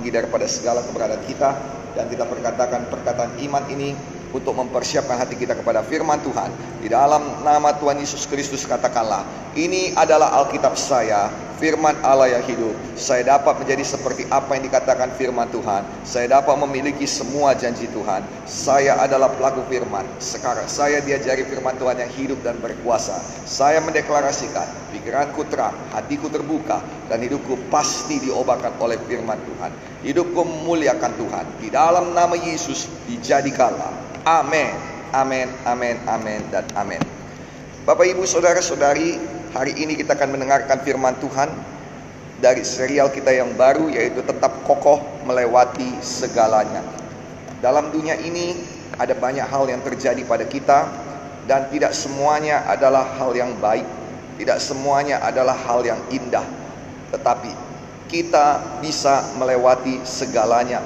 lebih daripada segala keberadaan kita. Dan kita perkatakan perkataan iman ini untuk mempersiapkan hati kita kepada firman Tuhan. Di dalam nama Tuhan Yesus Kristus katakanlah, ini adalah Alkitab saya, firman Allah yang hidup. Saya dapat menjadi seperti apa yang dikatakan firman Tuhan. Saya dapat memiliki semua janji Tuhan. Saya adalah pelaku firman. Sekarang saya diajari firman Tuhan yang hidup dan berkuasa. Saya mendeklarasikan, pikiranku terang, hatiku terbuka, dan hidupku pasti diobatkan oleh firman Tuhan. Hidupku memuliakan Tuhan. Di dalam nama Yesus dijadikanlah. Amin, amin, amin, amin, dan amin. Bapak, Ibu, Saudara-saudari, hari ini kita akan mendengarkan firman Tuhan dari serial kita yang baru, yaitu Tetap Kokoh Melewati Segalanya. Dalam dunia ini ada banyak hal yang terjadi pada kita, dan tidak semuanya adalah hal yang baik, tidak semuanya adalah hal yang indah. Tetapi kita bisa melewati segalanya.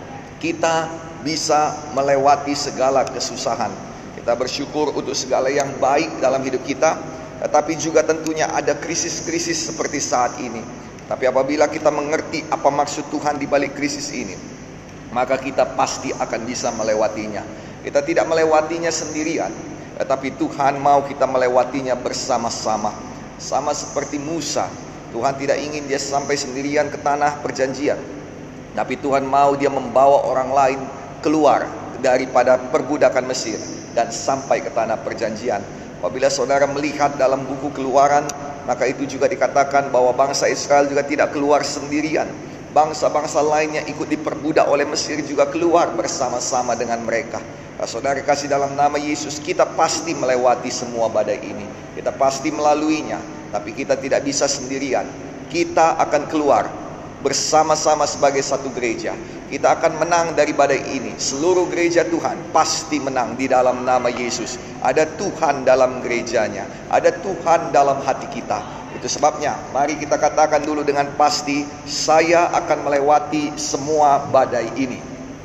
Kita bisa melewati segala kesusahan. Kita bersyukur untuk segala yang baik dalam hidup kita, tetapi juga tentunya ada krisis-krisis seperti saat ini. Tapi apabila kita mengerti apa maksud Tuhan di balik krisis ini, maka kita pasti akan bisa melewatinya. Kita tidak melewatinya sendirian, tetapi Tuhan mau kita melewatinya bersama-sama. Sama seperti Musa, Tuhan tidak ingin dia sampai sendirian ke tanah perjanjian, tapi Tuhan mau dia membawa orang lain keluar daripada perbudakan Mesir dan sampai ke tanah perjanjian. Apabila saudara melihat dalam buku Keluaran, maka itu juga dikatakan bahwa bangsa Israel juga tidak keluar sendirian. Bangsa-bangsa lainnya ikut diperbudak oleh Mesir juga keluar bersama-sama dengan mereka. Nah, saudara kasih dalam nama Yesus, kita pasti melewati semua badai ini. Kita pasti melaluinya, tapi kita tidak bisa sendirian. Kita akan keluar bersama-sama sebagai satu gereja. Kita akan menang dari badai ini. Seluruh gereja Tuhan pasti menang di dalam nama Yesus. Ada Tuhan dalam gerejanya, ada Tuhan dalam hati kita. Itu sebabnya mari kita katakan dulu dengan pasti, saya akan melewati semua badai ini.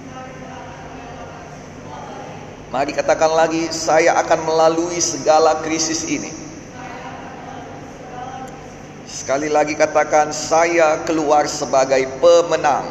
Mari katakan lagi, saya akan melalui segala krisis ini. Sekali lagi katakan, saya keluar sebagai pemenang.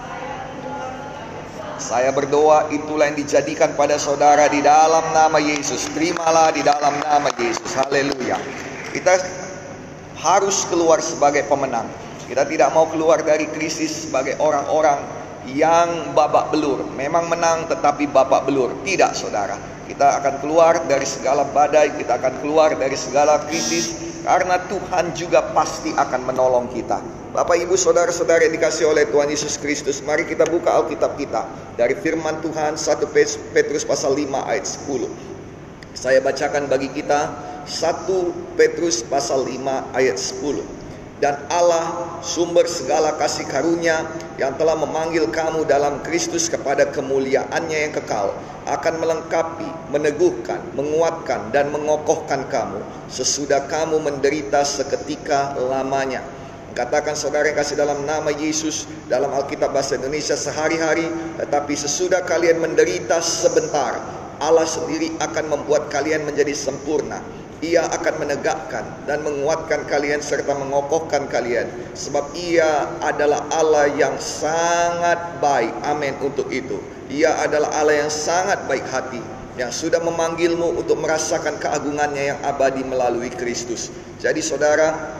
Saya berdoa itulah yang dijadikan pada saudara di dalam nama Yesus. Terimalah di dalam nama Yesus. Haleluya. Kita harus keluar sebagai pemenang. Kita tidak mau keluar dari krisis sebagai orang-orang yang babak belur. Memang menang tetapi babak belur. Tidak, saudara. Kita akan keluar dari segala badai. Kita akan keluar dari segala krisis, karena Tuhan juga pasti akan menolong kita. Bapak, Ibu, Saudara-saudara yang dikasihi oleh Tuhan Yesus Kristus, mari kita buka Alkitab kita dari firman Tuhan 1 Petrus pasal 5 ayat 10. Saya bacakan bagi kita 1 Petrus pasal 5 ayat 10. Dan Allah, sumber segala kasih karunia, yang telah memanggil kamu dalam Kristus kepada kemuliaannya yang kekal, akan melengkapi, meneguhkan, menguatkan, dan mengokohkan kamu sesudah kamu menderita seketika lamanya. Katakan saudara yang kasih dalam nama Yesus, dalam Alkitab bahasa Indonesia, sehari-hari, tetapi sesudah kalian menderita sebentar, Allah sendiri akan membuat kalian menjadi sempurna. Ia akan menegakkan dan menguatkan kalian serta mengokohkan kalian, sebab Ia adalah Allah yang sangat baik. Amin untuk itu. Ia adalah Allah yang sangat baik hati, yang sudah memanggilmu untuk merasakan keagungannya yang abadi melalui Kristus. Jadi saudara,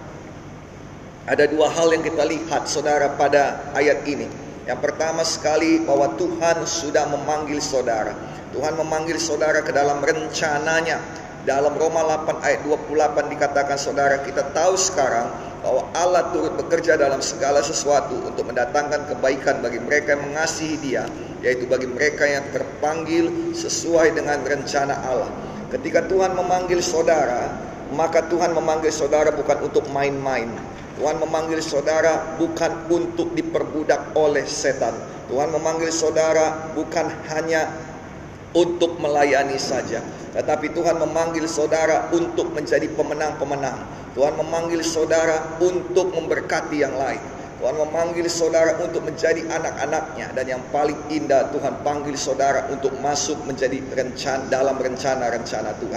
ada dua hal yang kita lihat saudara pada ayat ini. Yang pertama sekali, bahwa Tuhan sudah memanggil saudara. Tuhan memanggil saudara ke dalam rencananya. Dalam Roma 8 ayat 28 dikatakan saudara, kita tahu sekarang bahwa Allah turut bekerja dalam segala sesuatu untuk mendatangkan kebaikan bagi mereka yang mengasihi Dia, yaitu bagi mereka yang terpanggil sesuai dengan rencana Allah. Ketika Tuhan memanggil saudara, maka Tuhan memanggil saudara bukan untuk main-main. Tuhan memanggil saudara bukan untuk diperbudak oleh setan. Tuhan memanggil saudara bukan hanya untuk melayani saja, tetapi Tuhan memanggil saudara untuk menjadi pemenang-pemenang. Tuhan memanggil saudara untuk memberkati yang lain. Tuhan memanggil saudara untuk menjadi anak-anaknya. Dan yang paling indah, Tuhan panggil saudara untuk masuk menjadi dalam rencana-rencana Tuhan.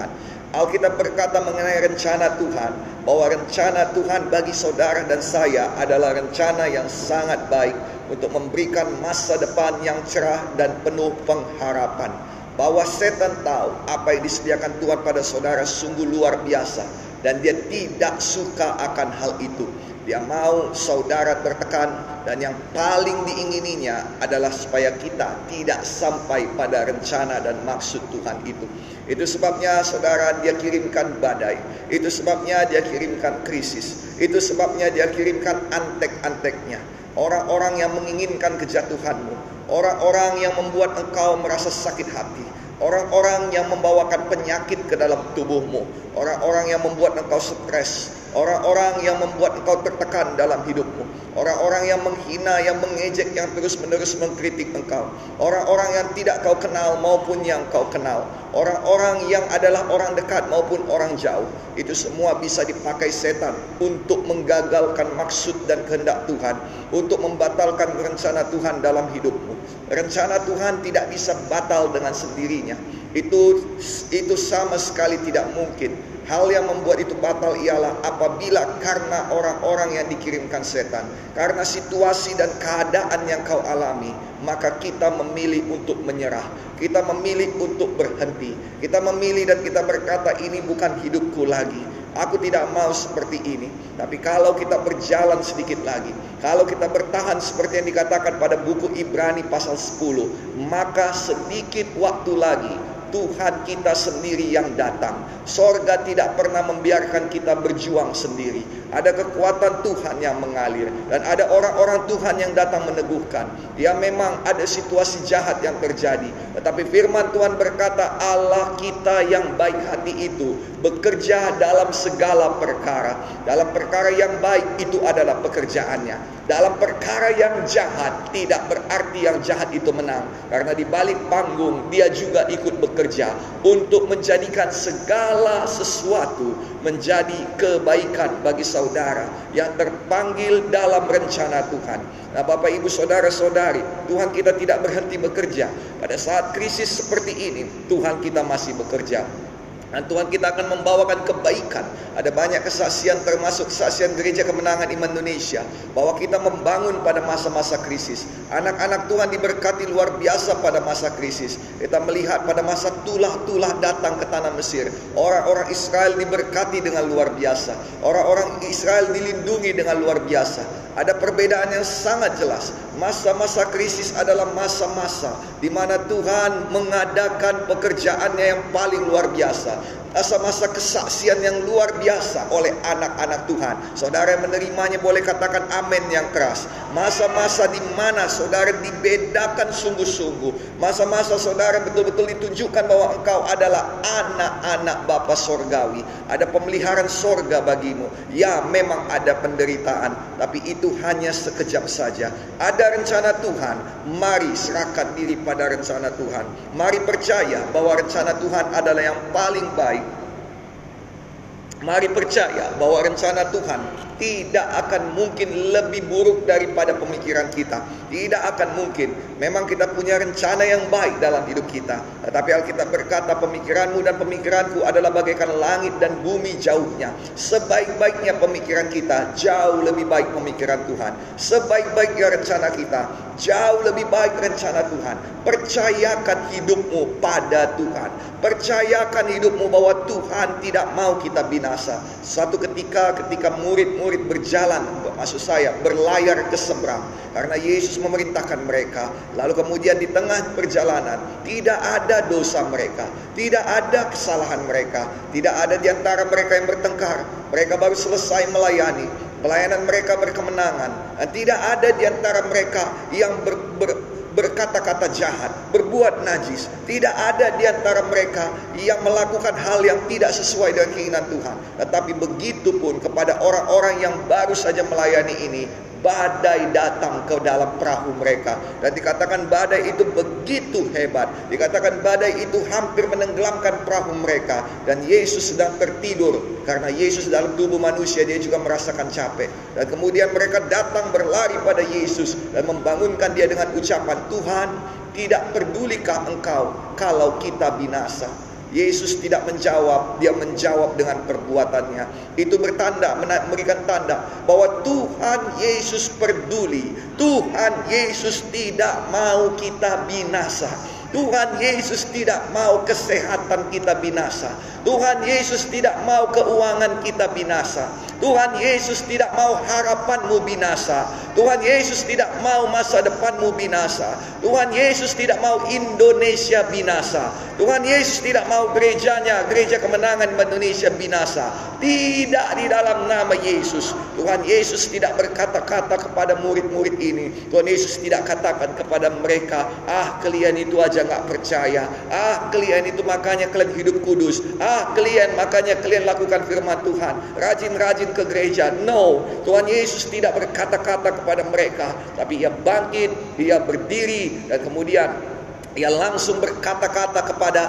Alkitab berkata mengenai rencana Tuhan, bahwa rencana Tuhan bagi saudara dan saya adalah rencana yang sangat baik untuk memberikan masa depan yang cerah dan penuh pengharapan. Bahwa setan tahu apa yang disediakan Tuhan pada saudara sungguh luar biasa, dan dia tidak suka akan hal itu. Dia mau saudara tertekan, dan yang paling diingininya adalah supaya kita tidak sampai pada rencana dan maksud Tuhan itu. Itu sebabnya saudara, dia kirimkan badai. Itu sebabnya dia kirimkan krisis. Itu sebabnya dia kirimkan antek-anteknya. Orang-orang yang menginginkan kejatuhanmu, orang-orang yang membuat engkau merasa sakit hati, orang-orang yang membawakan penyakit ke dalam tubuhmu, orang-orang yang membuat engkau stres, orang-orang yang membuat engkau tertekan dalam hidupmu, orang-orang yang menghina, yang mengejek, yang terus-menerus mengkritik engkau, orang-orang yang tidak kau kenal maupun yang kau kenal, orang-orang yang adalah orang dekat maupun orang jauh. Itu semua bisa dipakai setan untuk menggagalkan maksud dan kehendak Tuhan, untuk membatalkan rencana Tuhan dalam hidupmu. Rencana Tuhan tidak bisa batal dengan sendirinya. Itu sama sekali tidak mungkin. Hal yang membuat itu batal ialah apabila karena orang-orang yang dikirimkan setan, karena situasi dan keadaan yang kau alami, maka kita memilih untuk menyerah. Kita memilih untuk berhenti. Kita memilih dan kita berkata, ini bukan hidupku lagi. Aku tidak mau seperti ini. Tapi kalau kita berjalan sedikit lagi, kalau kita bertahan seperti yang dikatakan pada buku Ibrani pasal 10, maka sedikit waktu lagi Tuhan kita sendiri yang datang. Sorga tidak pernah membiarkan kita berjuang sendiri. Ada kekuatan Tuhan yang mengalir, dan ada orang-orang Tuhan yang datang meneguhkan. Ya, memang ada situasi jahat yang terjadi, tetapi firman Tuhan berkata, Allah kita yang baik hati itu bekerja dalam segala perkara. Dalam perkara yang baik itu adalah pekerjaannya. Dalam perkara yang jahat tidak berarti yang jahat itu menang, karena di balik panggung dia juga ikut bekerja untuk menjadikan segala sesuatu menjadi kebaikan bagi saudara yang terpanggil dalam rencana Tuhan. Nah, Bapak Ibu saudara-saudari, Tuhan kita tidak berhenti bekerja. Pada saat krisis seperti ini, Tuhan kita masih bekerja. Dan Tuhan kita akan membawakan kebaikan. Ada banyak kesaksian, termasuk kesaksian Gereja Kemenangan Iman Indonesia, bahwa kita membangun pada masa-masa krisis. Anak-anak Tuhan diberkati luar biasa pada masa krisis. Kita melihat pada masa tulah-tulah datang ke tanah Mesir, orang-orang Israel diberkati dengan luar biasa. Orang-orang Israel dilindungi dengan luar biasa. Ada perbedaan yang sangat jelas. Masa-masa krisis adalah masa-masa di mana Tuhan mengadakan pekerjaannya yang paling luar biasa. Masa-masa kesaksian yang luar biasa oleh anak-anak Tuhan. Saudara yang menerimanya boleh katakan amin yang keras. Masa-masa di mana saudara dibedakan sungguh-sungguh. Masa-masa saudara betul-betul ditunjukkan bahwa engkau adalah anak-anak Bapa Sorgawi. Ada pemeliharaan sorga bagimu. Ya, memang ada penderitaan, tapi itu hanya sekejap saja. Ada rencana Tuhan. Mari serahkan diri pada rencana Tuhan. Mari percaya bahwa rencana Tuhan adalah yang paling baik. Mari percaya bahwa rencana Tuhan tidak akan mungkin lebih buruk daripada pemikiran kita. Tidak akan mungkin. Memang kita punya rencana yang baik dalam hidup kita, tetapi Alkitab berkata, pemikiranmu dan pemikiranku adalah bagaikan langit dan bumi jauhnya. Sebaik-baiknya pemikiran kita, jauh lebih baik pemikiran Tuhan. Sebaik-baiknya rencana kita, jauh lebih baik rencana Tuhan. Percayakan hidupmu pada Tuhan. Percayakan hidupmu bahwa Tuhan tidak mau kita binasa. Suatu ketika murid-murid berjalan, maksud saya berlayar ke seberang, karena Yesus memerintahkan mereka. Lalu kemudian di tengah perjalanan tidak ada dosa mereka, tidak ada kesalahan mereka, tidak ada di antara mereka yang bertengkar. Mereka baru selesai melayani, pelayanan mereka berkemenangan, dan tidak ada di antara mereka yang berkata-kata jahat, berbuat najis. Tidak ada di antara mereka yang melakukan hal yang tidak sesuai dengan keinginan Tuhan. Tetapi begitu pun kepada orang-orang yang baru saja melayani ini, badai datang ke dalam perahu mereka. Dan dikatakan badai itu begitu hebat. Dikatakan badai itu hampir menenggelamkan perahu mereka. Dan Yesus sedang tertidur. Karena Yesus dalam tubuh manusia, dia juga merasakan capek. Dan kemudian mereka datang berlari pada Yesus dan membangunkan dia dengan ucapan, Tuhan, tidak pedulikah engkau kalau kita binasa? Yesus tidak menjawab, dia menjawab dengan perbuatannya. Itu bertanda, memberikan tanda bahwa Tuhan Yesus peduli. Tuhan Yesus tidak mau kita binasa. Tuhan Yesus tidak mau kesehatan kita binasa. Tuhan Yesus tidak mau keuangan kita binasa. Tuhan Yesus tidak mau harapanmu binasa. Tuhan Yesus tidak mau masa depanmu binasa. Tuhan Yesus tidak mau Indonesia binasa. Tuhan Yesus tidak mau gerejanya, Gereja Kemenangan Indonesia binasa. Tidak, di dalam nama Yesus. Tuhan Yesus tidak berkata-kata kepada murid-murid ini. Tuhan Yesus tidak katakan kepada mereka, kalian itu aja gak percaya. Kalian itu makanya kalian hidup kudus. Kalian makanya kalian lakukan firman Tuhan. Rajin-rajin ke gereja. No, Tuhan Yesus tidak berkata-kata kepada mereka, tapi ia bangkit, ia berdiri, dan kemudian ia langsung berkata-kata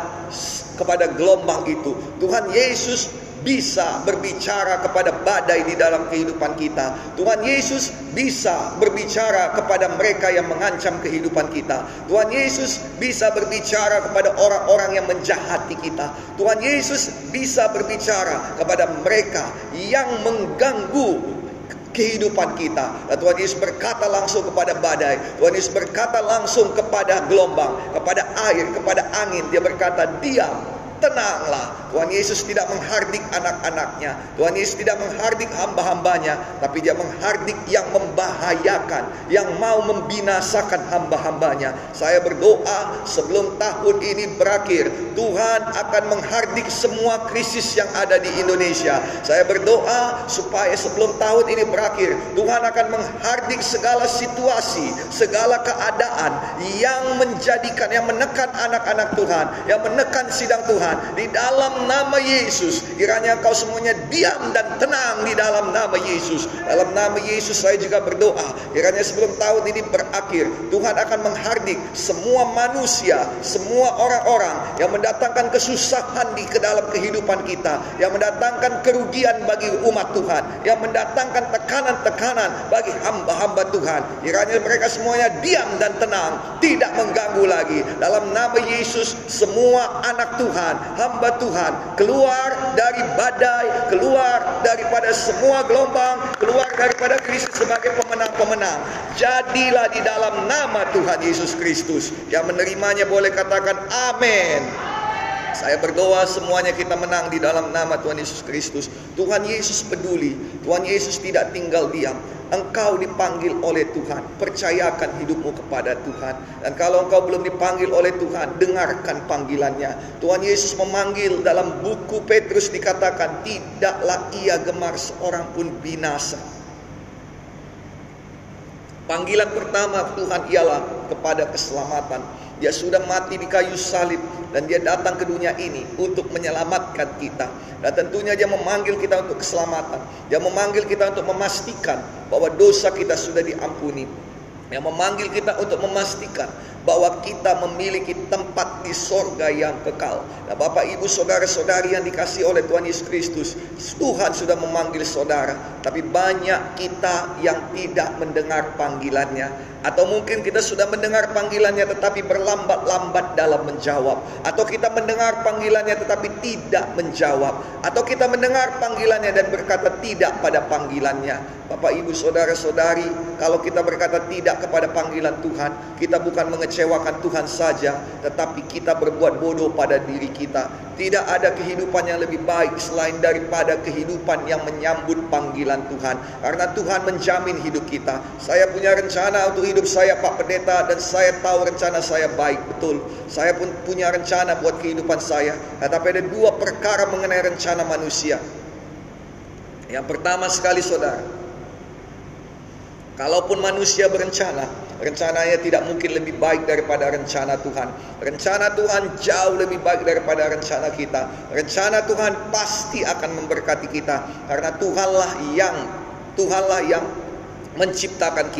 kepada gelombang itu. Tuhan Yesus bisa berbicara kepada badai di dalam kehidupan kita. Tuhan Yesus bisa berbicara kepada mereka yang mengancam kehidupan kita. Tuhan Yesus bisa berbicara kepada orang-orang yang menjahati kita. Tuhan Yesus bisa berbicara kepada mereka yang mengganggu kehidupan kita. Dan Tuhan Yesus berkata langsung kepada badai. Tuhan Yesus berkata langsung kepada gelombang, kepada air, kepada angin. Dia berkata, diam, tenanglah. Tuhan Yesus tidak menghardik anak-anaknya. Tuhan Yesus tidak menghardik hamba-hambanya, tapi dia menghardik yang membahayakan, yang mau membinasakan hamba-hambanya. Saya berdoa sebelum tahun ini berakhir, Tuhan akan menghardik semua krisis yang ada di Indonesia. Saya berdoa supaya sebelum tahun ini berakhir, Tuhan akan menghardik segala situasi, segala keadaan yang menjadikan, yang menekan anak-anak Tuhan, yang menekan sidang Tuhan. Di dalam nama Yesus, kiranya engkau semuanya diam dan tenang di dalam nama Yesus. Dalam nama Yesus saya juga berdoa, kiranya sebelum tahun ini berakhir, Tuhan akan menghardik semua manusia, semua orang-orang yang mendatangkan kesusahan di dalam kehidupan kita, yang mendatangkan kerugian bagi umat Tuhan, yang mendatangkan tekanan-tekanan bagi hamba-hamba Tuhan. Kiranya mereka semuanya diam dan tenang, tidak mengganggu lagi. Dalam nama Yesus, semua anak Tuhan, hamba Tuhan, keluar dari badai, keluar daripada semua gelombang, keluar daripada krisis sebagai pemenang-pemenang. Jadilah di dalam nama Tuhan Yesus Kristus. Yang menerimanya boleh katakan amin. Saya berdoa semuanya kita menang di dalam nama Tuhan Yesus Kristus. Tuhan Yesus peduli. Tuhan Yesus tidak tinggal diam. Engkau dipanggil oleh Tuhan, percayakan hidupmu kepada Tuhan. Dan kalau engkau belum dipanggil oleh Tuhan, dengarkan panggilannya. Tuhan Yesus memanggil, dalam buku Petrus dikatakan, tidaklah ia gemar seorang pun binasa. Panggilan pertama Tuhan ialah kepada keselamatan. Dia sudah mati di kayu salib dan dia datang ke dunia ini untuk menyelamatkan kita. Dan tentunya dia memanggil kita untuk keselamatan. Dia memanggil kita untuk memastikan bahwa dosa kita sudah diampuni. Dia memanggil kita untuk memastikan bahwa kita memiliki tempat di sorga yang kekal. Nah, Bapak, Ibu, saudara-saudari yang dikasihi oleh Tuhan Yesus Kristus, Tuhan sudah memanggil saudara, tapi banyak kita yang tidak mendengar panggilannya. Atau mungkin kita sudah mendengar panggilannya tetapi berlambat-lambat dalam menjawab. Atau kita mendengar panggilannya tetapi tidak menjawab. Atau kita mendengar panggilannya dan berkata tidak pada panggilannya. Bapak, Ibu, saudara-saudari, kalau kita berkata tidak kepada panggilan Tuhan, kita bukan mengecewakan Tuhan saja, tetapi kita berbuat bodoh pada diri kita. Tidak ada kehidupan yang lebih baik selain daripada kehidupan yang menyambut panggilan Tuhan. Karena Tuhan menjamin hidup kita. Saya punya rencana untuk hidup saya, Pak Pendeta, dan saya tahu rencana saya baik, betul. Saya pun punya rencana buat kehidupan saya. Tetapi ada dua perkara mengenai rencana manusia. Yang pertama sekali, saudara, kalaupun manusia berencana, rencananya tidak mungkin lebih baik daripada rencana Tuhan. Rencana Tuhan jauh lebih baik daripada rencana kita. Rencana Tuhan pasti akan memberkati kita, karena Tuhanlah yang menciptakan kita.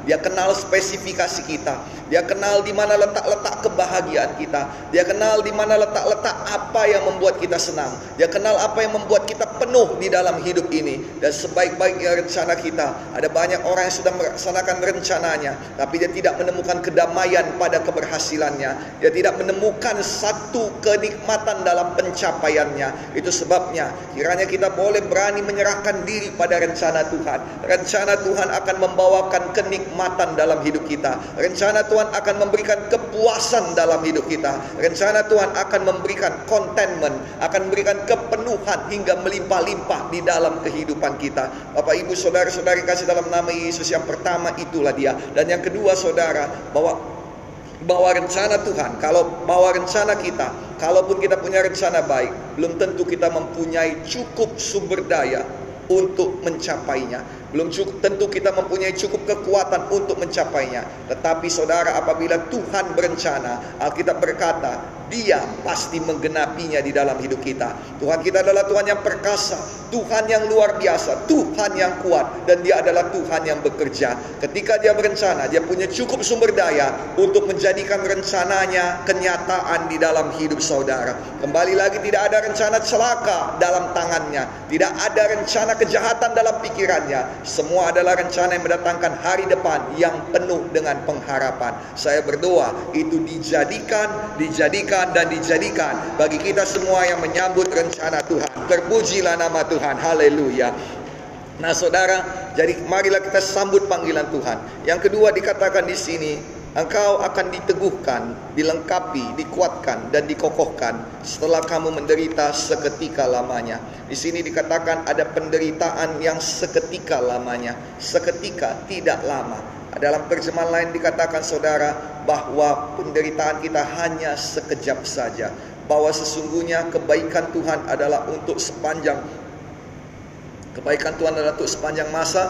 Dia kenal spesifikasi kita. Dia kenal di mana letak-letak kebahagiaan kita. Dia kenal di mana letak-letak apa yang membuat kita senang. Dia kenal apa yang membuat kita penuh di dalam hidup ini. Dan sebaik-baiknya rencana kita, ada banyak orang yang sudah melaksanakan rencananya, tapi dia tidak menemukan kedamaian pada keberhasilannya. Dia tidak menemukan satu kenikmatan dalam pencapaiannya. Itu sebabnya kiranya kita boleh berani menyerahkan diri pada rencana Tuhan. Rencana Tuhan akan membawakan kenikmatan dalam hidup kita. Rencana Tuhan akan memberikan kepuasan dalam hidup kita. Rencana Tuhan akan memberikan contentment, akan memberikan kepenuhan hingga melimpah-limpah di dalam kehidupan kita. Bapak Ibu saudara-saudari kasih dalam nama Yesus, yang pertama itulah dia. Dan yang kedua saudara, bahwa rencana Tuhan, kalau bahwa rencana kita, kalaupun kita punya rencana baik, belum tentu kita mempunyai cukup sumber daya untuk mencapainya. Belum tentu kita mempunyai cukup kekuatan untuk mencapainya. Tetapi saudara, apabila Tuhan berencana, Alkitab berkata, Dia pasti menggenapinya di dalam hidup kita. Tuhan kita adalah Tuhan yang perkasa, Tuhan yang luar biasa, Tuhan yang kuat, dan Dia adalah Tuhan yang bekerja. Ketika Dia berencana, Dia punya cukup sumber daya untuk menjadikan rencananya kenyataan di dalam hidup saudara. Kembali lagi, tidak ada rencana celaka dalam tangannya, tidak ada rencana kejahatan dalam pikirannya. Semua adalah rencana yang mendatangkan hari depan yang penuh dengan pengharapan. Saya berdoa itu dijadikan bagi kita semua yang menyambut rencana Tuhan. Terpujilah nama Tuhan. Haleluya. Nah saudara, jadi marilah kita sambut panggilan Tuhan. Yang kedua dikatakan di sini, engkau akan diteguhkan, dilengkapi, dikuatkan, dan dikokohkan setelah kamu menderita seketika lamanya. Di sini dikatakan ada penderitaan yang seketika lamanya. Seketika, tidak lama. Dalam terjemahan lain dikatakan saudara, bahwa penderitaan kita hanya sekejap saja. Bahwa sesungguhnya kebaikan Tuhan adalah untuk sepanjang masa.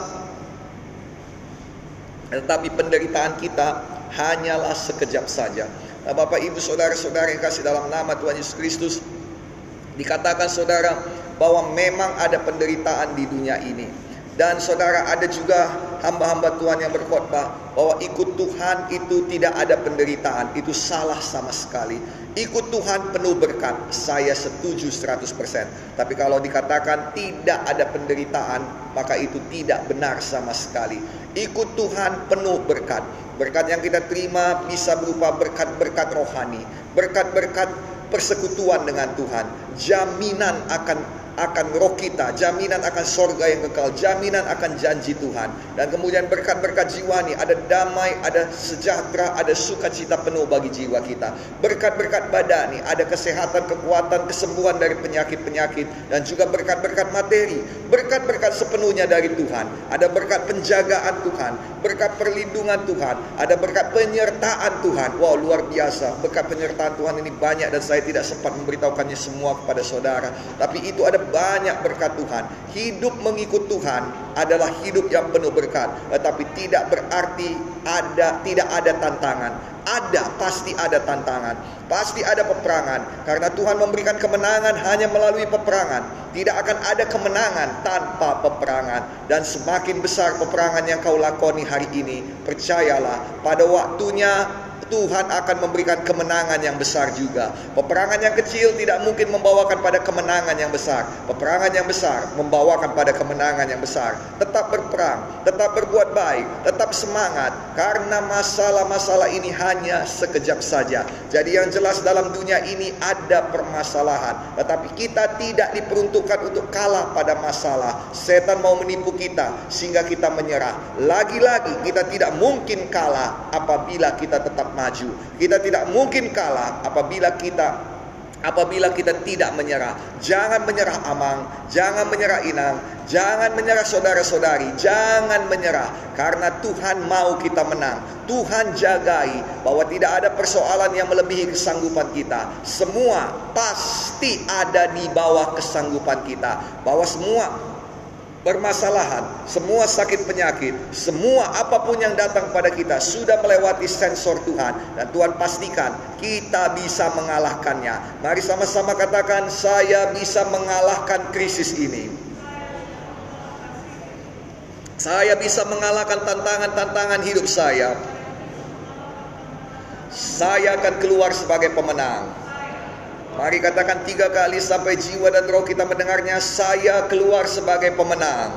Tetapi penderitaan kita hanyalah sekejap saja. Nah, Bapak Ibu saudara-saudara yang kasih dalam nama Tuhan Yesus Kristus, dikatakan saudara bahwa memang ada penderitaan di dunia ini. Dan saudara, ada juga hamba-hamba Tuhan yang berkhotbah bahwa ikut Tuhan itu tidak ada penderitaan. Itu salah sama sekali. Ikut Tuhan penuh berkat, saya setuju 100%. Tapi kalau dikatakan tidak ada penderitaan, maka itu tidak benar sama sekali. Ikut Tuhan penuh berkat. Berkat yang kita terima bisa berupa berkat-berkat rohani, berkat-berkat persekutuan dengan Tuhan, jaminan akan roh kita, jaminan akan sorga yang kekal, jaminan akan janji Tuhan. Dan kemudian berkat-berkat jiwani, ada damai, ada sejahtera, ada sukacita penuh bagi jiwa kita. Berkat-berkat badani, ada kesehatan, kekuatan, kesembuhan dari penyakit-penyakit. Dan juga berkat-berkat materi, berkat-berkat sepenuhnya dari Tuhan. Ada berkat penjagaan Tuhan, berkat perlindungan Tuhan, ada berkat penyertaan Tuhan. Wow, luar biasa. Berkat penyertaan Tuhan ini banyak dan saya tidak sempat memberitahukannya semua kepada saudara. Tapi itu ada banyak berkat Tuhan. Hidup mengikut Tuhan adalah hidup yang penuh berkat. Tetapi tidak berarti tidak ada tantangan. Pasti ada tantangan, pasti ada peperangan. Karena Tuhan memberikan kemenangan hanya melalui peperangan. Tidak akan ada kemenangan tanpa peperangan. Dan semakin besar peperangan yang kau lakoni hari ini, percayalah, pada waktunya Tuhan akan memberikan kemenangan yang besar juga. Peperangan yang kecil tidak mungkin membawakan pada kemenangan yang besar. Peperangan yang besar membawakan pada kemenangan yang besar. Tetap berperang, tetap berbuat baik, tetap semangat. Karena masalah-masalah ini hanya sekejap saja. Jadi yang jelas dalam dunia ini ada permasalahan. Tetapi kita tidak diperuntukkan untuk kalah pada masalah. Setan mau menipu kita sehingga kita menyerah. Lagi-lagi kita tidak mungkin kalah apabila kita tetap maju. Kita tidak mungkin kalah apabila kita tidak menyerah. Jangan menyerah Amang, jangan menyerah Inang, jangan menyerah saudara-saudari, jangan menyerah. Karena Tuhan mau kita menang. Tuhan jagai bahwa tidak ada persoalan yang melebihi kesanggupan kita. Semua pasti ada di bawah kesanggupan kita. Bahwa semua permasalahan, semua sakit penyakit, semua apapun yang datang pada kita sudah melewati sensor Tuhan. Dan Tuhan pastikan kita bisa mengalahkannya. Mari sama-sama katakan, saya bisa mengalahkan krisis ini. Saya bisa mengalahkan tantangan-tantangan hidup saya. Saya akan keluar sebagai pemenang. Mari katakan 3 kali sampai jiwa dan roh kita mendengarnya. Saya keluar sebagai pemenang.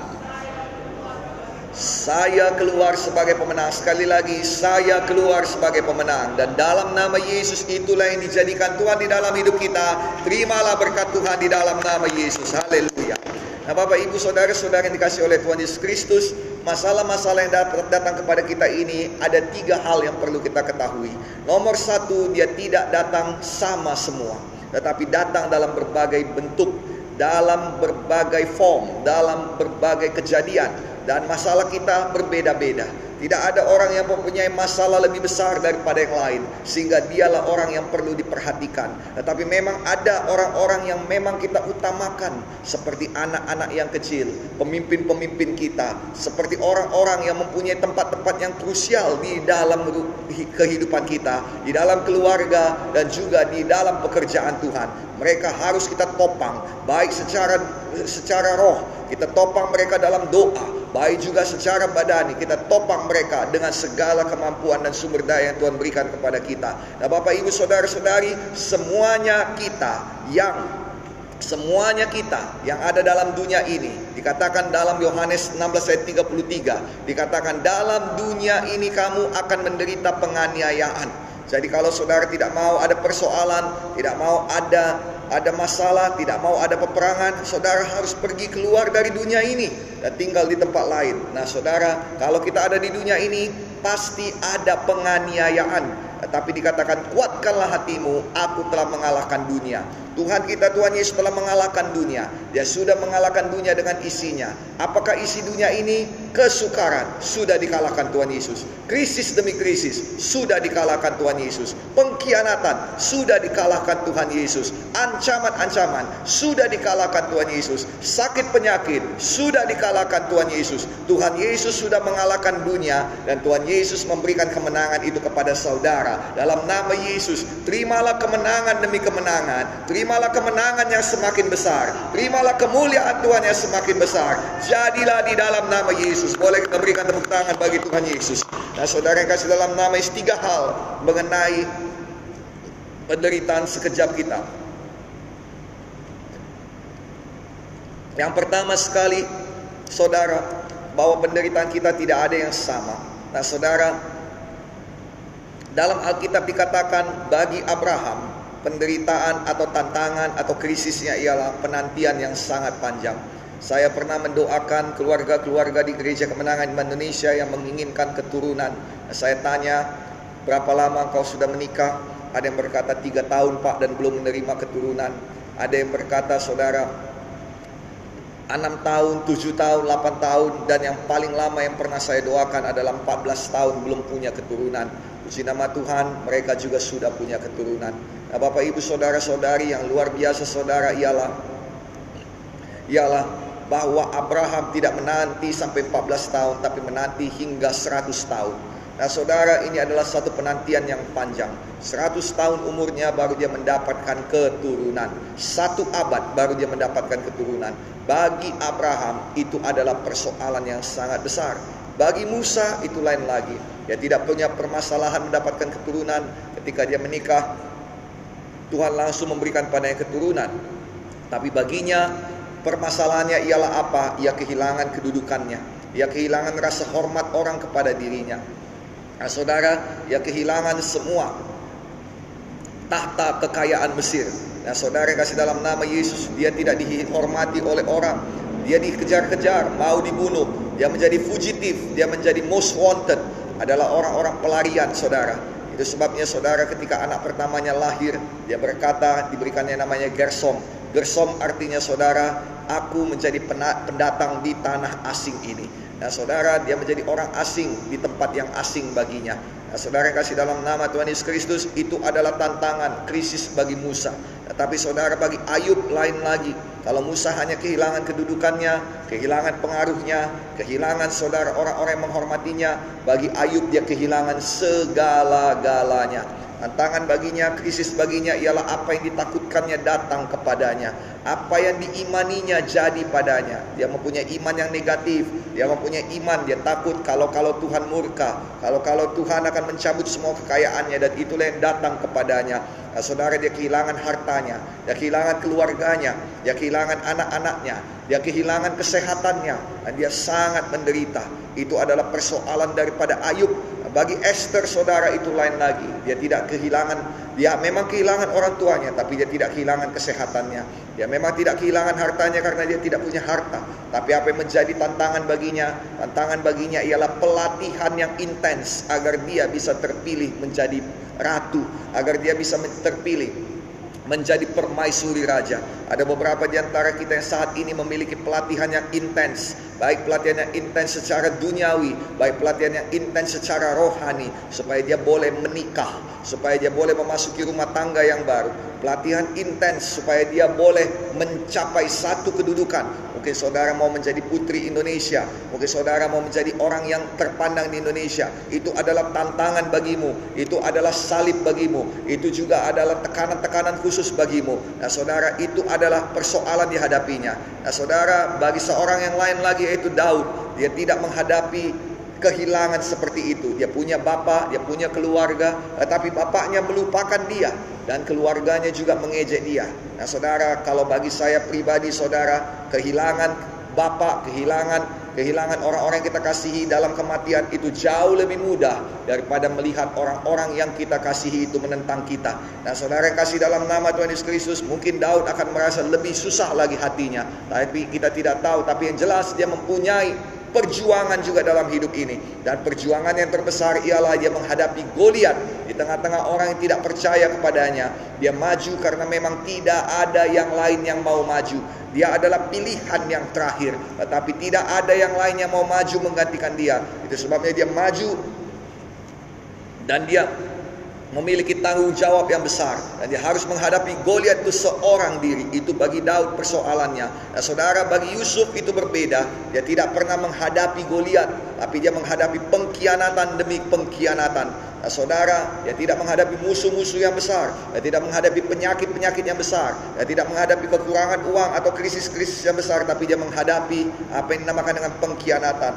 Saya keluar sebagai pemenang. Sekali lagi, saya keluar sebagai pemenang. Dan dalam nama Yesus itulah yang dijadikan Tuhan di dalam hidup kita. Terimalah berkat Tuhan di dalam nama Yesus. Haleluya. Nah, Bapak Ibu Saudara-saudara yang dikasih oleh Tuhan Yesus Kristus, masalah-masalah yang datang kepada kita ini ada 3 hal yang perlu kita ketahui. Nomor 1, dia tidak datang sama semua, tetapi datang dalam berbagai bentuk, dalam berbagai form, dalam berbagai kejadian. Dan masalah kita berbeda-beda. Tidak ada orang yang mempunyai masalah lebih besar daripada yang lain, sehingga dialah orang yang perlu diperhatikan. Tetapi memang ada orang-orang yang memang kita utamakan, seperti anak-anak yang kecil, pemimpin-pemimpin kita, seperti orang-orang yang mempunyai tempat-tempat yang krusial di dalam kehidupan kita, di dalam keluarga, dan juga di dalam pekerjaan Tuhan. Mereka harus kita topang, baik secara roh, kita topang mereka dalam doa, baik juga secara badani, kita topang mereka dengan segala kemampuan dan sumber daya yang Tuhan berikan kepada kita. Nah, Bapak Ibu Saudara-saudari, semuanya kita yang ada dalam dunia ini, dikatakan dalam Yohanes 16 ayat 33, dikatakan dalam dunia ini kamu akan menderita penganiayaan. Jadi kalau saudara tidak mau ada persoalan, tidak mau ada masalah, tidak mau ada peperangan, saudara harus pergi keluar dari dunia ini dan tinggal di tempat lain. Nah saudara, kalau kita ada di dunia ini, pasti ada penganiayaan. Tetapi dikatakan, kuatkanlah hatimu, aku telah mengalahkan dunia. Tuhan kita, Tuhan Yesus telah mengalahkan dunia. Dia sudah mengalahkan dunia dengan isinya. Apakah isi dunia ini? Kesukaran, sudah dikalahkan Tuhan Yesus. Krisis demi krisis, sudah dikalahkan Tuhan Yesus. Pengkhianatan, sudah dikalahkan Tuhan Yesus. Ancaman-ancaman, sudah dikalahkan Tuhan Yesus. Sakit penyakit, sudah dikalahkan Tuhan Yesus. Tuhan Yesus sudah mengalahkan dunia, dan Tuhan Yesus memberikan kemenangan itu kepada saudara. Dalam nama Yesus, terimalah kemenangan demi kemenangan. Terimalah kemenangan yang semakin besar. Terimalah kemuliaan Tuhan yang semakin besar. Jadilah di dalam nama Yesus. Boleh kita berikan tepuk tangan bagi Tuhan Yesus. Nah saudara yang kasih dalam nama Yesus, 3 hal mengenai penderitaan sekejap kita. Yang pertama sekali, saudara, bahwa penderitaan kita tidak ada yang sama. Nah saudara, dalam Alkitab dikatakan bagi Abraham, penderitaan atau tantangan atau krisisnya ialah penantian yang sangat panjang. Saya pernah mendoakan keluarga-keluarga di Gereja Kemenangan Indonesia yang menginginkan keturunan. Saya tanya, berapa lama kau sudah menikah? Ada yang berkata 3 tahun Pak dan belum menerima keturunan. Ada yang berkata saudara 6 tahun, 7 tahun, 8 tahun. Dan yang paling lama yang pernah saya doakan adalah 14 tahun belum punya keturunan. Puji nama Tuhan, mereka juga sudah punya keturunan. Nah, Bapak Ibu Saudara-saudari, yang luar biasa saudara ialah bahwa Abraham tidak menanti sampai 14 tahun, tapi menanti hingga 100 tahun. Nah saudara, ini adalah satu penantian yang panjang. 100 tahun umurnya baru dia mendapatkan keturunan. 1 abad baru dia mendapatkan keturunan. Bagi Abraham itu adalah persoalan yang sangat besar. Bagi Musa itu lain lagi. Dia tidak punya permasalahan mendapatkan keturunan. Ketika dia menikah, Tuhan langsung memberikan padanya keturunan. Tapi baginya permasalahannya ialah apa? Ia kehilangan kedudukannya. Ia kehilangan rasa hormat orang kepada dirinya. Nah saudara, ia kehilangan semua tahta kekayaan Mesir. Nah saudara kasih dalam nama Yesus, dia tidak dihormati oleh orang. Dia dikejar-kejar, mau dibunuh. Dia menjadi fugitif, dia menjadi most wanted. Adalah orang-orang pelarian saudara. Itu sebabnya saudara ketika anak pertamanya lahir, dia berkata, diberikannya namanya Gersom. Gersom artinya saudara, aku menjadi pendatang di tanah asing ini. Nah saudara, dia menjadi orang asing di tempat yang asing baginya. Nah saudara kasih dalam nama Tuhan Yesus Kristus, itu adalah tantangan, krisis bagi Musa. Tetapi saudara, bagi Ayub lain lagi. Kalau Musa hanya kehilangan kedudukannya, kehilangan pengaruhnya, kehilangan saudara orang-orang yang menghormatinya, bagi Ayub dia kehilangan segala-galanya. Tantangan baginya, krisis baginya ialah apa yang ditakutkannya datang kepadanya, apa yang diimaninya jadi padanya. Dia mempunyai iman yang negatif, dia mempunyai iman, dia takut kalau Tuhan murka, kalau Tuhan akan mencabut semua kekayaannya, dan itulah yang datang kepadanya. Nah, saudara, dia kehilangan hartanya, dia kehilangan keluarganya, dia kehilangan anak-anaknya, dia kehilangan kesehatannya, dan dia sangat menderita. Itu adalah persoalan daripada Ayub. Bagi Esther, saudara, itu lain lagi. Dia tidak kehilangan, dia memang kehilangan orang tuanya, tapi dia tidak kehilangan kesehatannya. Dia memang tidak kehilangan hartanya karena dia tidak punya harta. Tapi apa yang menjadi tantangan baginya? Tantangan baginya ialah pelatihan yang intens agar dia bisa terpilih menjadi ratu, agar dia bisa terpilih menjadi permaisuri raja. Ada beberapa di antara kita yang saat ini memiliki pelatihan yang intens, baik pelatihan yang intens secara duniawi, baik pelatihan yang intens secara rohani, supaya dia boleh menikah, supaya dia boleh memasuki rumah tangga yang baru. Pelatihan intens supaya dia boleh mencapai satu kedudukan. Mungkin saudara mau menjadi putri Indonesia, mungkin saudara mau menjadi orang yang terpandang di Indonesia. Itu adalah tantangan bagimu, itu adalah salib bagimu, itu juga adalah tekanan-tekanan khusus bagimu. Nah saudara, itu adalah persoalan dihadapinya. Nah saudara, bagi seorang yang lain lagi, yaitu Daud, dia tidak menghadapi kehilangan seperti itu. Dia punya bapak, dia punya keluarga, tetapi bapaknya melupakan dia, dan keluarganya juga mengejek dia. Nah saudara, kalau bagi saya pribadi, saudara, kehilangan bapak, kehilangan orang-orang yang kita kasihi dalam kematian itu jauh lebih mudah daripada melihat orang-orang yang kita kasihi itu menentang kita. Nah saudara yang kasih dalam nama Tuhan Yesus Kristus, mungkin Daud akan merasa lebih susah lagi hatinya, tapi kita tidak tahu. Tapi yang jelas, dia mempunyai perjuangan juga dalam hidup ini. Dan perjuangan yang terbesar ialah dia menghadapi Goliat. Di tengah-tengah orang yang tidak percaya kepadanya, dia maju karena memang tidak ada yang lain yang mau maju. Dia adalah pilihan yang terakhir, tetapi tidak ada yang lain yang mau maju menggantikan dia. Itu sebabnya dia maju, dan dia memiliki tanggung jawab yang besar, dan dia harus menghadapi Goliat itu seorang diri. Itu bagi Daud persoalannya. Nah saudara, bagi Yusuf itu berbeda. Dia tidak pernah menghadapi Goliat, tapi dia menghadapi pengkhianatan demi pengkhianatan. Nah saudara, dia tidak menghadapi musuh-musuh yang besar, dia tidak menghadapi penyakit-penyakit yang besar, dia tidak menghadapi kekurangan uang atau krisis-krisis yang besar, tapi dia menghadapi apa yang dinamakan dengan pengkhianatan.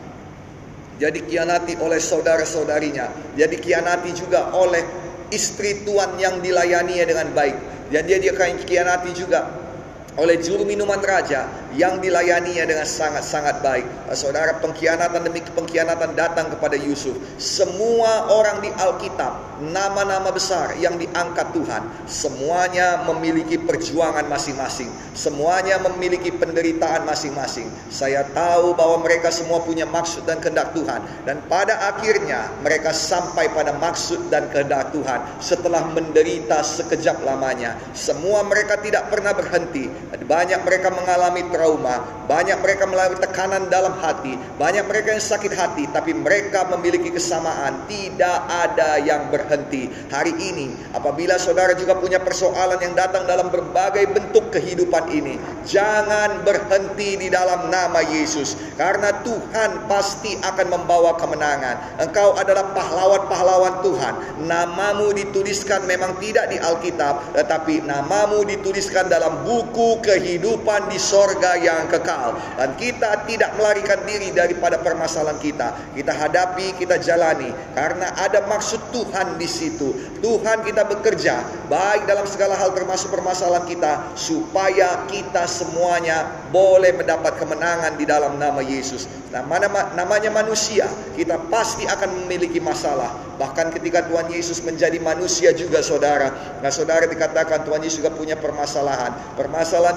Dia dikhianati oleh saudara-saudarinya, dia dikhianati juga oleh istri tuan yang dilayaninya dengan baik, dan dia dikhianati juga oleh juru minuman raja yang dilayaninya dengan sangat-sangat baik. Saudara, pengkhianatan demi pengkhianatan datang kepada Yusuf. Semua orang di Alkitab, nama-nama besar yang diangkat Tuhan, semuanya memiliki perjuangan masing-masing, semuanya memiliki penderitaan masing-masing. Saya tahu bahwa mereka semua punya maksud dan kehendak Tuhan, dan pada akhirnya mereka sampai pada maksud dan kehendak Tuhan setelah menderita sekejap lamanya. Semua mereka tidak pernah berhenti. Banyak mereka mengalami trauma, banyak mereka mengalami tekanan dalam hati, banyak mereka yang sakit hati, tapi mereka memiliki kesamaan, tidak ada yang berhenti. Hari ini, apabila saudara juga punya persoalan yang datang dalam berbagai bentuk kehidupan ini, jangan berhenti di dalam nama Yesus, karena Tuhan pasti akan membawa kemenangan. Engkau adalah pahlawan-pahlawan Tuhan. Namamu dituliskan memang tidak di Alkitab, tetapi namamu dituliskan dalam buku kehidupan di sorga yang kekal. Dan kita tidak melarikan diri daripada permasalahan kita. Kita hadapi, kita jalani, karena ada maksud Tuhan di situ. Tuhan kita bekerja baik dalam segala hal, termasuk permasalahan kita, supaya kita semuanya boleh mendapat kemenangan di dalam nama Yesus. Nah, namanya manusia, kita pasti akan memiliki masalah. Bahkan ketika Tuhan Yesus menjadi manusia juga, saudara. Nah, saudara, dikatakan Tuhan Yesus juga punya permasalahan. Permasalahan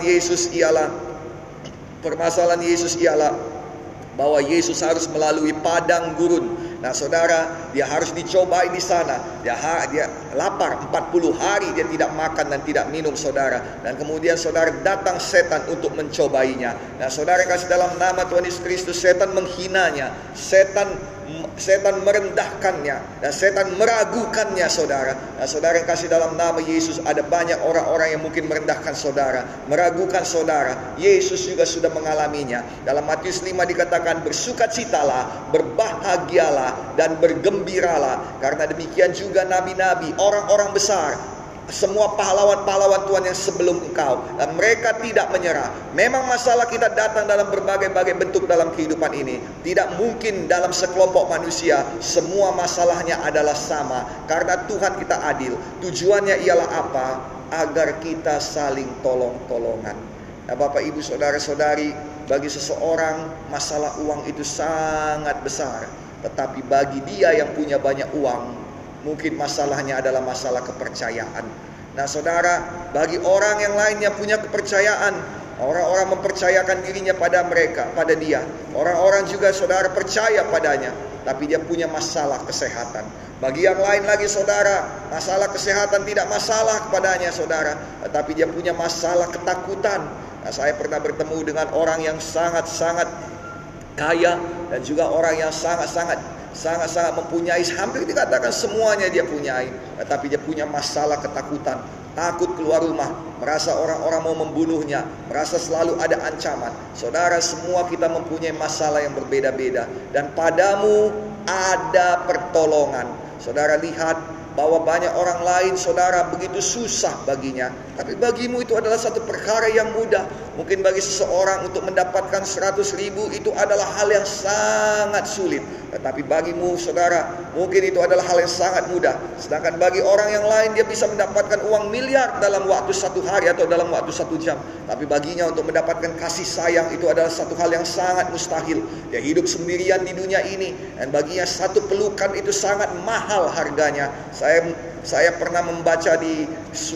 Yesus ialah bahwa Yesus harus melalui padang gurun. Nah saudara, dia harus dicobai di sana. Dia lapar 40 hari, dia tidak makan dan tidak minum, saudara. Dan kemudian saudara, datang setan untuk mencobainya. Nah saudara kasih dalam nama Tuhan Yesus Kristus, setan menghinanya. Setan setan merendahkannya, dan setan meragukannya, saudara. Nah, saudara yang kasih dalam nama Yesus, ada banyak orang-orang yang mungkin merendahkan saudara, meragukan saudara. Yesus juga sudah mengalaminya. Dalam Matius 5 dikatakan, bersukacitalah, berbahagialah, dan bergembiralah. Karena demikian juga nabi-nabi, orang-orang besar, semua pahlawan-pahlawan Tuhan yang sebelum engkau, dan mereka tidak menyerah. Memang masalah kita datang dalam berbagai-bagai bentuk dalam kehidupan ini. Tidak mungkin dalam sekelompok manusia semua masalahnya adalah sama, karena Tuhan kita adil. Tujuannya ialah apa? Agar kita saling tolong-tolongan. Nah, Bapak Ibu Saudara-saudari, bagi seseorang masalah uang itu sangat besar. Tetapi bagi dia yang punya banyak uang, mungkin masalahnya adalah masalah kepercayaan. Nah, saudara, bagi orang yang lainnya punya kepercayaan, orang-orang mempercayakan dirinya pada mereka, pada dia. Orang-orang juga, saudara, percaya padanya, tapi dia punya masalah kesehatan. Bagi yang lain lagi, saudara, masalah kesehatan tidak masalah kepadanya, saudara, tetapi dia punya masalah ketakutan. Nah, saya pernah bertemu dengan orang yang sangat-sangat kaya, dan juga orang yang sangat-sangat mempunyai, hampir dikatakan semuanya dia punyai, tetapi dia punya masalah ketakutan, takut keluar rumah, merasa orang-orang mau membunuhnya, merasa selalu ada ancaman. Saudara, semua kita mempunyai masalah yang berbeda-beda, dan padamu ada pertolongan. Saudara lihat bahwa banyak orang lain, saudara, begitu susah baginya, tapi bagimu itu adalah satu perkara yang mudah. Mungkin bagi seseorang untuk mendapatkan 100.000 itu adalah hal yang sangat sulit, tetapi bagimu, saudara, mungkin itu adalah hal yang sangat mudah. Sedangkan bagi orang yang lain, dia bisa mendapatkan uang miliar dalam waktu 1 hari atau dalam waktu 1 jam. Tapi baginya untuk mendapatkan kasih sayang itu adalah satu hal yang sangat mustahil. Dia hidup sendirian di dunia ini, dan baginya satu pelukan itu sangat mahal harganya. Saya pernah membaca di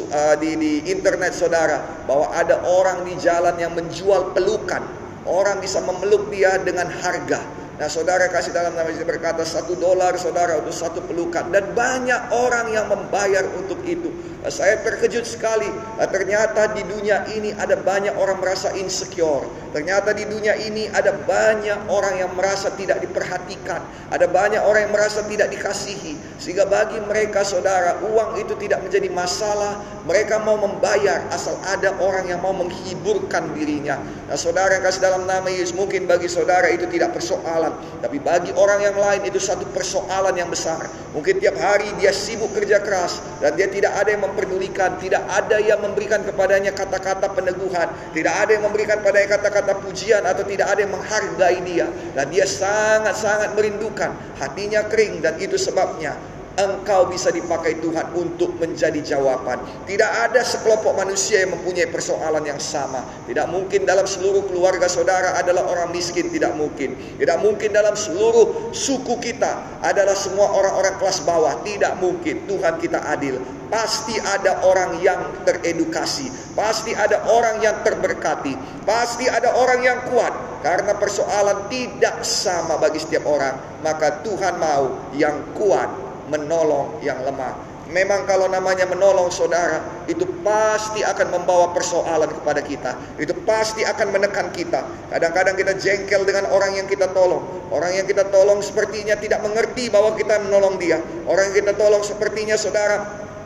internet, saudara, bahwa ada orang di jalan yang menjual pelukan. Orang bisa memeluk dia dengan harga. Nah, saudara kasih dalam nama Yesus berkata $1, saudara, untuk satu pelukan. Dan banyak orang yang membayar untuk itu. Saya terkejut sekali. Ternyata di dunia ini ada banyak orang merasa insecure. Ternyata di dunia ini ada banyak orang yang merasa tidak diperhatikan. Ada banyak orang yang merasa tidak dikasihi. Sehingga bagi mereka, saudara, uang itu tidak menjadi masalah. Mereka mau membayar asal ada orang yang mau menghiburkan dirinya. Nah, saudara yang kasih dalam nama Yesus, mungkin bagi saudara itu tidak persoalan, tapi bagi orang yang lain itu satu persoalan yang besar. Mungkin tiap hari dia sibuk kerja keras, dan dia tidak ada yang memperdulikan, tidak ada yang memberikan kepadanya kata-kata peneguhan, tidak ada yang memberikan padanya kata-kata pujian, atau tidak ada yang menghargai dia. Dan dia sangat-sangat merindukan, hatinya kering, dan itu sebabnya engkau bisa dipakai Tuhan untuk menjadi jawaban. Tidak ada sekelompok manusia yang mempunyai persoalan yang sama. Tidak mungkin dalam seluruh keluarga saudara adalah orang miskin, tidak mungkin. Tidak mungkin dalam seluruh suku kita adalah semua orang-orang kelas bawah, tidak mungkin. Tuhan kita adil. Pasti ada orang yang teredukasi, pasti ada orang yang terberkati, pasti ada orang yang kuat. Karena persoalan tidak sama bagi setiap orang, maka Tuhan mau yang kuat menolong yang lemah. Memang kalau namanya menolong, saudara, itu pasti akan membawa persoalan kepada kita. Itu pasti akan menekan kita. Kadang-kadang kita jengkel dengan orang yang kita tolong. Orang yang kita tolong sepertinya tidak mengerti bahwa kita menolong dia. Orang yang kita tolong sepertinya, saudara,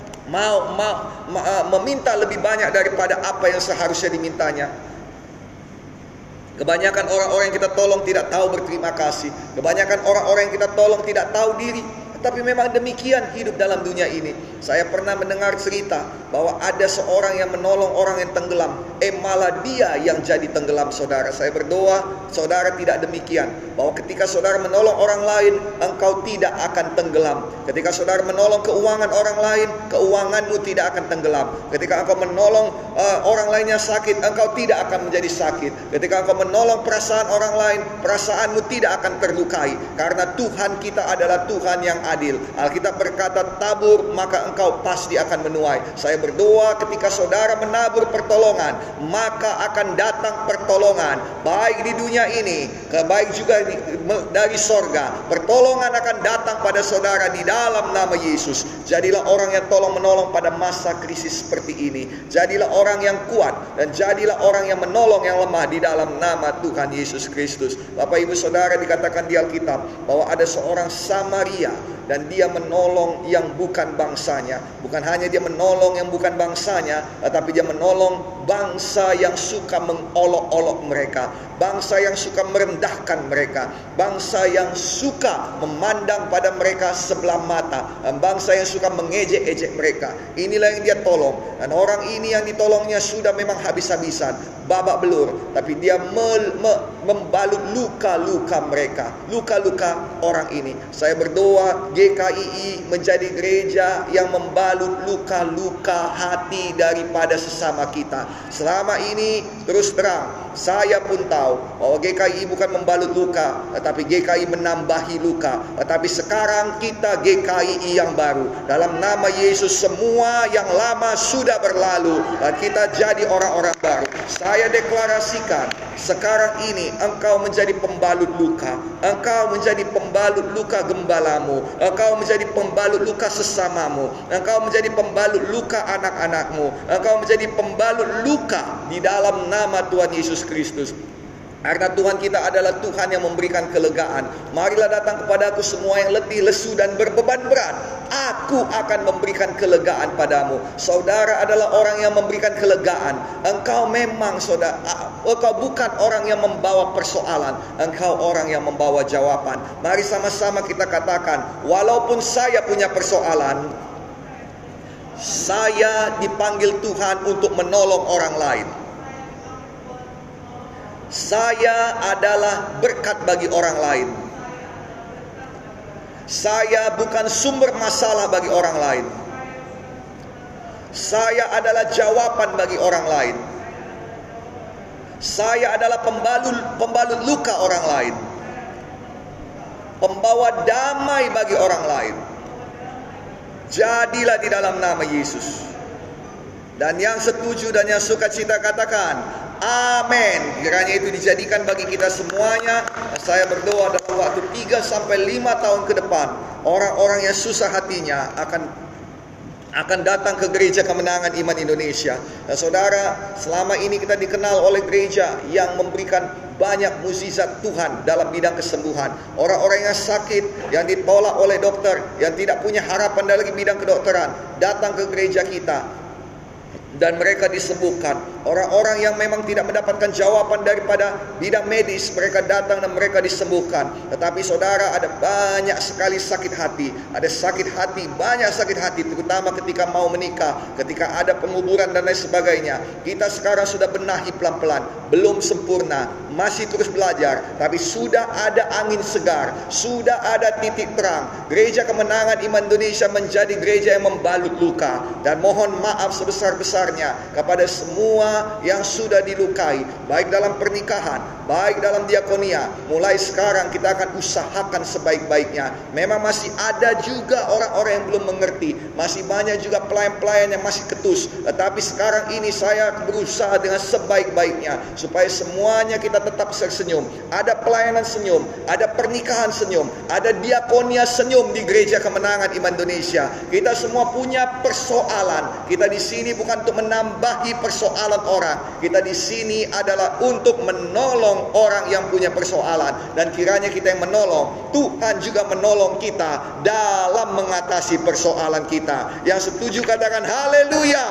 meminta lebih banyak daripada apa yang seharusnya dimintanya. Kebanyakan orang-orang yang kita tolong tidak tahu berterima kasih. Kebanyakan orang-orang yang kita tolong tidak tahu diri. Tapi memang demikian hidup dalam dunia ini. Saya pernah mendengar cerita bahwa ada seorang yang menolong orang yang tenggelam. Malah dia yang jadi tenggelam, saudara. Saya berdoa saudara tidak demikian. Bahwa ketika saudara menolong orang lain, engkau tidak akan tenggelam. Ketika saudara menolong keuangan orang lain, keuanganmu tidak akan tenggelam. Ketika engkau menolong orang lain yang sakit, engkau tidak akan menjadi sakit. Ketika engkau menolong perasaan orang lain, perasaanmu tidak akan terlukai. Karena Tuhan kita adalah Tuhan yang adil. adil. Alkitab berkata, tabur maka engkau pasti akan menuai. Saya berdoa ketika saudara menabur pertolongan, maka akan datang pertolongan, baik di dunia ini, baik juga dari sorga. Pertolongan akan datang pada saudara di dalam nama Yesus. Jadilah orang yang tolong menolong pada masa krisis seperti ini. Jadilah orang yang kuat, dan jadilah orang yang menolong yang lemah di dalam nama Tuhan Yesus Kristus. Bapak ibu saudara, dikatakan di Alkitab bahwa ada seorang Samaria, dan dia menolong yang bukan bangsanya. Bukan hanya dia menolong yang bukan bangsanya, tetapi dia menolong bangsa yang suka mengolok-olok mereka, bangsa yang suka merendahkan mereka, bangsa yang suka memandang pada mereka sebelah mata, dan bangsa yang suka mengejek-ejek mereka. Inilah yang dia tolong. Dan orang ini yang ditolongnya sudah memang habis-habisan, babak belur, tapi dia membalut luka-luka mereka, luka-luka orang ini. Saya berdoa GKII menjadi gereja yang membalut luka-luka hati daripada sesama kita. Selama ini terus terang, saya pun tahu bahwa GKII bukan membalut luka, tetapi GKII menambahi luka. Tetapi sekarang kita GKII yang baru. Dalam nama Yesus, semua yang lama sudah berlalu, dan kita jadi orang-orang baru. Saya deklarasikan, sekarang ini engkau menjadi pembalut luka, engkau menjadi pembalut luka gembalamu, engkau menjadi pembalut luka sesamamu, engkau menjadi pembalut luka anak-anakmu, engkau menjadi pembalut luka di dalam nama Tuhan Yesus Kristus. Karena Tuhan kita adalah Tuhan yang memberikan kelegaan. Marilah datang kepadaku semua yang letih, lesu, dan berbeban berat. Aku akan memberikan kelegaan padamu. Saudara adalah orang yang memberikan kelegaan. Engkau memang saudara, engkau bukan orang yang membawa persoalan, engkau orang yang membawa jawaban. Mari sama-sama kita katakan, walaupun saya punya persoalan, saya dipanggil Tuhan untuk menolong orang lain. Saya adalah berkat bagi orang lain. Saya bukan sumber masalah bagi orang lain. Saya adalah jawaban bagi orang lain. Saya adalah pembalut luka orang lain, pembawa damai bagi orang lain. Jadilah di dalam nama Yesus. Dan yang setuju dan yang sukacita katakan amin. Kiranya itu dijadikan bagi kita semuanya. Saya berdoa dalam waktu 3-5 tahun ke depan, orang-orang yang susah hatinya akan datang ke Gereja Kemenangan Iman Indonesia. Dan saudara, selama ini kita dikenal oleh gereja yang memberikan banyak mukjizat Tuhan dalam bidang kesembuhan. Orang-orang yang sakit, yang ditolak oleh dokter, yang tidak punya harapan dalam bidang kedokteran, datang ke gereja kita dan mereka disembuhkan. Orang-orang yang memang tidak mendapatkan jawaban daripada bidang medis, mereka datang dan mereka disembuhkan. Tetapi saudara, ada banyak sekali sakit hati. Ada sakit hati, banyak sakit hati, terutama ketika mau menikah, ketika ada penguburan dan lain sebagainya. Kita sekarang sudah benahi pelan-pelan, belum sempurna, masih terus belajar, tapi sudah ada angin segar, sudah ada titik terang. Gereja Kemenangan Iman Indonesia menjadi gereja yang membalut luka. Dan mohon maaf sebesar-besarnya kepada semua yang sudah dilukai, baik dalam pernikahan, baik dalam diakonia. Mulai sekarang kita akan usahakan sebaik-baiknya. Memang masih ada juga orang-orang yang belum mengerti, masih banyak juga pelayan-pelayan yang masih ketus. Tetapi sekarang ini saya berusaha dengan sebaik-baiknya supaya semuanya kita tetap tersenyum. Ada pelayanan senyum, ada pernikahan senyum, ada diakonia senyum di Gereja Kemenangan Iman Indonesia. Kita semua punya persoalan. Kita di sini bukan untuk menambahi persoalan orang. Kita di sini adalah untuk menolong orang yang punya persoalan. Dan kiranya kita yang menolong, Tuhan juga menolong kita dalam mengatasi persoalan kita. Yang setuju katakan haleluya.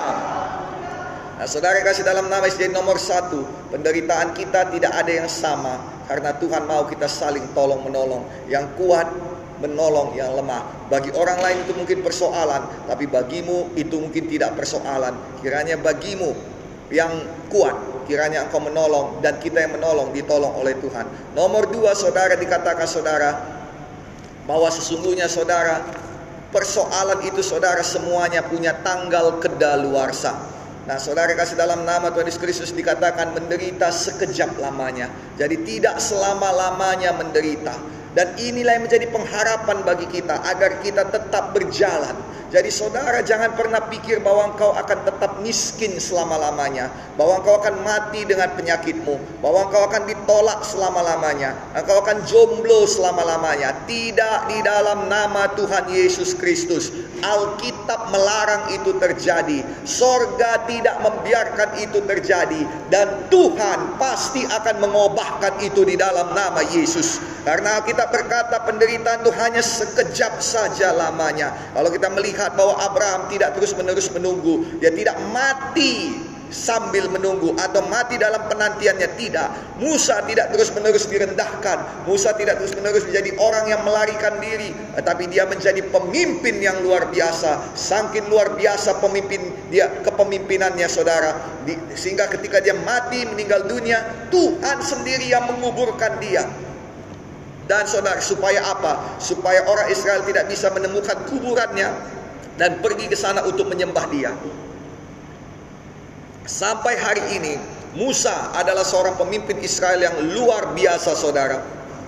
Nah, saudara kasih dalam nama Yesus, nomor 1, penderitaan kita tidak ada yang sama, karena Tuhan mau kita saling tolong menolong. Yang kuat menolong yang lemah. Bagi orang lain itu mungkin persoalan, tapi bagimu itu mungkin tidak persoalan. Kiranya bagimu yang kuat, kiranya engkau menolong, dan kita yang menolong ditolong oleh Tuhan. Nomor 2, saudara, dikatakan saudara bahwa sesungguhnya saudara, persoalan itu saudara semuanya punya tanggal kedaluarsa. Nah, saudara kasih dalam nama Tuhan Yesus Kristus dikatakan menderita sekejap lamanya. Jadi tidak selama-lamanya menderita. Dan inilah yang menjadi pengharapan bagi kita agar kita tetap berjalan. Jadi saudara, jangan pernah pikir bahwa engkau akan tetap miskin selama-lamanya, bahwa engkau akan mati dengan penyakitmu, bahwa engkau akan ditolak selama-lamanya, engkau akan jomblo selama-lamanya. Tidak, di dalam nama Tuhan Yesus Kristus. Alkitab melarang itu terjadi. Sorga tidak membiarkan itu terjadi. Dan Tuhan pasti akan mengubahkan itu di dalam nama Yesus. Karena kita berkata penderitaan itu hanya sekejap saja lamanya. Kalau kita melihat bahwa Abraham tidak terus-menerus menunggu, dia tidak mati sambil menunggu atau mati dalam penantiannya, tidak. Musa tidak terus-menerus direndahkan, Musa tidak terus-menerus menjadi orang yang melarikan diri, tetapi dia menjadi pemimpin yang luar biasa. Saking luar biasa kepemimpinannya saudara, sehingga ketika dia mati meninggal dunia, Tuhan sendiri yang menguburkan dia. Dan saudara, supaya apa? Supaya orang Israel tidak bisa menemukan kuburannya dan pergi ke sana untuk menyembah dia. Sampai hari ini Musa adalah seorang pemimpin Israel yang luar biasa saudara.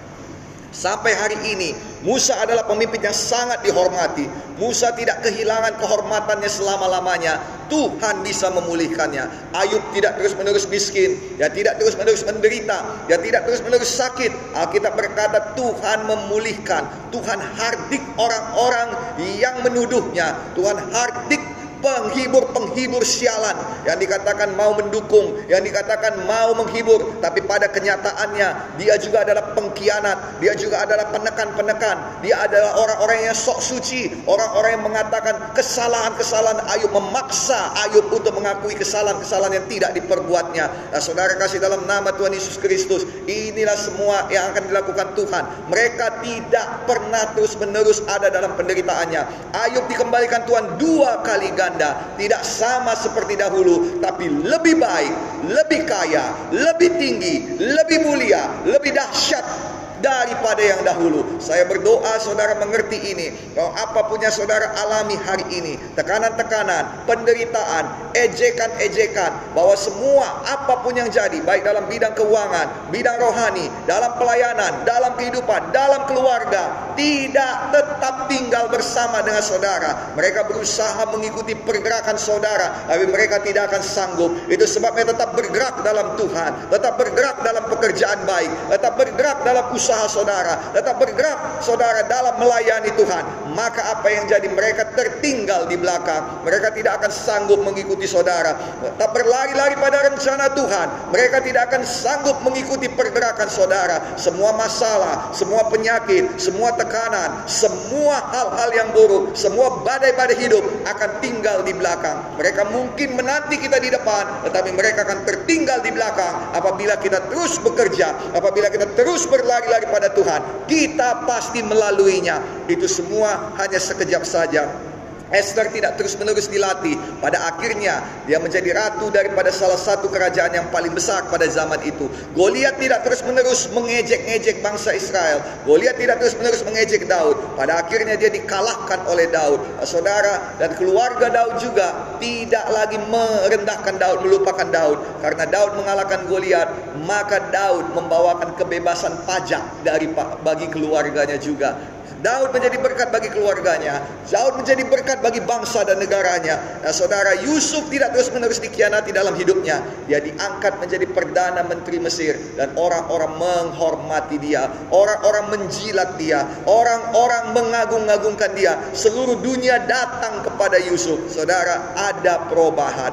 Sampai hari ini Musa adalah pemimpin yang sangat dihormati. Musa tidak kehilangan kehormatannya selama-lamanya. Tuhan bisa memulihkannya. Ayub tidak terus-menerus miskin, dia tidak terus-menerus menderita, dia tidak terus-menerus sakit. Alkitab berkata Tuhan memulihkan. Tuhan hardik orang-orang yang menuduhnya. Tuhan hardik penghibur-penghibur sialan yang dikatakan mau mendukung, yang dikatakan mau menghibur, tapi pada kenyataannya dia juga adalah pengkhianat, dia juga adalah penekan-penekan, dia adalah orang-orang yang sok suci, orang-orang yang mengatakan kesalahan-kesalahan Ayub, memaksa Ayub untuk mengakui kesalahan-kesalahan yang tidak diperbuatnya. Nah, saudara kasih dalam nama Tuhan Yesus Kristus, inilah semua yang akan dilakukan Tuhan. Mereka tidak pernah terus-menerus ada dalam penderitaannya. Ayub dikembalikan Tuhan 2 kali ganda. Tidak sama seperti dahulu, tapi lebih baik, lebih kaya, lebih tinggi, lebih mulia, lebih dahsyat daripada yang dahulu. Saya berdoa saudara mengerti ini, bahwa apapun yang saudara alami hari ini, tekanan-tekanan, penderitaan, ejekan-ejekan, bahwa semua apapun yang jadi, baik dalam bidang keuangan, bidang rohani, dalam pelayanan, dalam kehidupan, dalam keluarga, tidak tetap tinggal bersama dengan saudara. Mereka berusaha mengikuti pergerakan saudara, tapi mereka tidak akan sanggup. Itu sebabnya tetap bergerak dalam Tuhan, tetap bergerak dalam pekerjaan baik, tetap bergerak dalam usaha saudara, tetap bergerak saudara dalam melayani Tuhan. Maka apa yang jadi, mereka tertinggal di belakang. Mereka tidak akan sanggup mengikuti saudara. Tetap berlari-lari pada rencana Tuhan. Mereka tidak akan sanggup mengikuti pergerakan saudara. Semua masalah, semua penyakit, semua tekanan, semua hal-hal yang buruk, semua badai-badai hidup akan tinggal di belakang. Mereka mungkin menanti kita di depan, tetapi mereka akan tertinggal di belakang. Apabila kita terus bekerja, apabila kita terus berlari-lari pada Tuhan, kita pasti melaluinya. Itu semua hanya sekejap saja. Esther tidak terus-menerus dilatih. Pada akhirnya dia menjadi ratu daripada salah satu kerajaan yang paling besar pada zaman itu. Goliat tidak terus-menerus mengejek-ngejek bangsa Israel. Goliat tidak terus-menerus mengejek Daud. Pada akhirnya dia dikalahkan oleh Daud. Saudara, dan keluarga Daud juga tidak lagi merendahkan Daud, melupakan Daud. Karena Daud mengalahkan Goliat, maka Daud membawakan kebebasan pajak bagi keluarganya juga. Daud menjadi berkat bagi keluarganya. Daud menjadi berkat bagi bangsa dan negaranya. Nah, saudara, Yusuf tidak terus-menerus dikhianati dalam hidupnya. Dia diangkat menjadi Perdana Menteri Mesir. Dan orang-orang menghormati dia. Orang-orang menjilat dia. Orang-orang mengagung-agungkan dia. Seluruh dunia datang kepada Yusuf. Saudara, ada perubahan.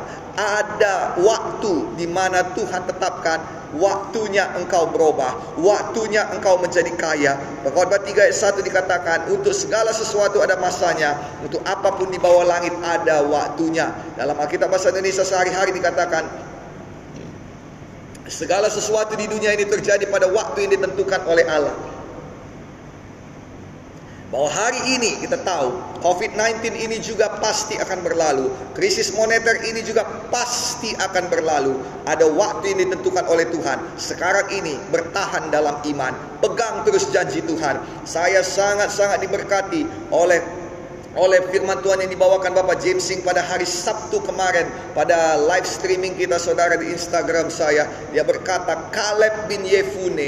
Ada waktu di mana Tuhan tetapkan, waktunya engkau berubah, waktunya engkau menjadi kaya. Khotbah 3 ayat 1 dikatakan, untuk segala sesuatu ada masanya, untuk apapun di bawah langit ada waktunya. Dalam Alkitab bahasa Indonesia sehari-hari dikatakan, segala sesuatu di dunia ini terjadi pada waktu yang ditentukan oleh Allah. Bahwa hari ini kita tahu COVID-19 ini juga pasti akan berlalu. Krisis moneter ini juga pasti akan berlalu. Ada waktu yang ditentukan oleh Tuhan. Sekarang ini bertahan dalam iman. Pegang terus janji Tuhan. Saya sangat-sangat diberkati oleh firman Tuhan yang dibawakan Bapak James Singh pada hari Sabtu kemarin. Pada live streaming kita saudara di Instagram saya. Dia berkata, Kaleb bin Yefune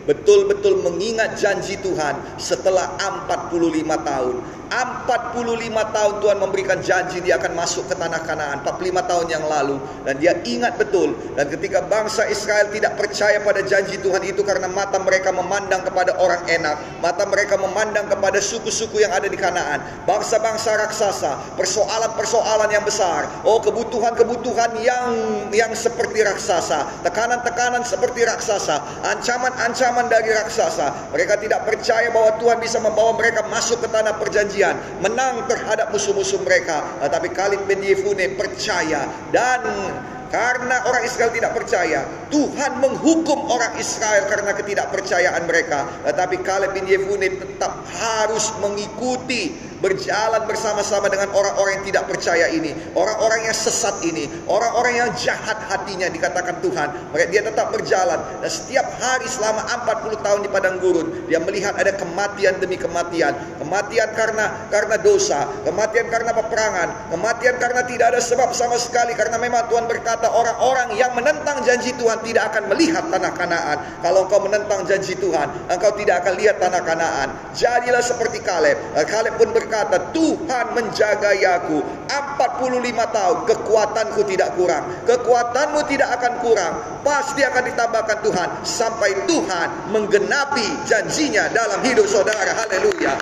betul-betul mengingat janji Tuhan setelah 45 tahun. 45 tahun Tuhan memberikan janji dia akan masuk ke tanah Kanaan 45 tahun yang lalu, dan dia ingat betul. Dan ketika bangsa Israel tidak percaya pada janji Tuhan itu karena mata mereka memandang kepada orang enak, mata mereka memandang kepada suku-suku yang ada di Kanaan, bangsa-bangsa raksasa, persoalan-persoalan yang besar, kebutuhan-kebutuhan yang seperti raksasa, tekanan-tekanan seperti raksasa, ancaman-ancaman dari raksasa. Mereka tidak percaya bahwa Tuhan bisa membawa mereka masuk ke tanah perjanjian, menang terhadap musuh-musuh mereka. Tetapi Kaleb bin Yefune percaya, dan karena orang Israel tidak percaya, Tuhan menghukum orang Israel karena ketidakpercayaan mereka. Tetapi Kaleb bin Yefune tetap harus mengikuti, berjalan bersama-sama dengan orang-orang yang tidak percaya ini, orang-orang yang sesat ini, orang-orang yang jahat hatinya, dikatakan Tuhan. Dia tetap berjalan, dan setiap hari selama 40 tahun di padang gurun, dia melihat ada kematian demi kematian. Kematian karena dosa, kematian karena peperangan, kematian karena tidak ada sebab sama sekali. Karena memang Tuhan berkata, orang-orang yang menentang janji Tuhan tidak akan melihat tanah Kanaan. Kalau engkau menentang janji Tuhan, engkau tidak akan lihat tanah Kanaan. Jadilah seperti Kaleb. Kaleb pun berkata, Tuhan menjagai aku 45 tahun, kekuatanku tidak kurang, kekuatanmu tidak akan kurang, pasti akan ditambahkan Tuhan sampai Tuhan menggenapi janjinya dalam hidup saudara. Haleluya.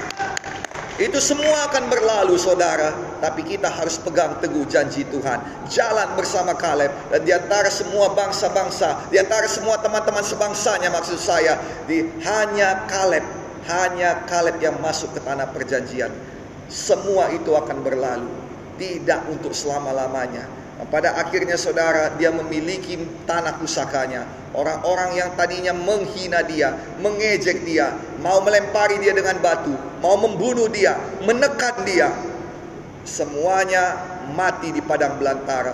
Itu semua akan berlalu saudara, tapi kita harus pegang teguh janji Tuhan. Jalan bersama Kaleb, dan di antara semua bangsa-bangsa, di antara semua teman-teman sebangsanya maksud saya, hanya Kaleb yang masuk ke tanah perjanjian. Semua itu akan berlalu, tidak untuk selama-lamanya. Pada akhirnya saudara, dia memiliki tanah pusakanya. Orang-orang yang tadinya menghina dia, mengejek dia, mau melempari dia dengan batu, mau membunuh dia, menekan dia, semuanya mati di padang belantara.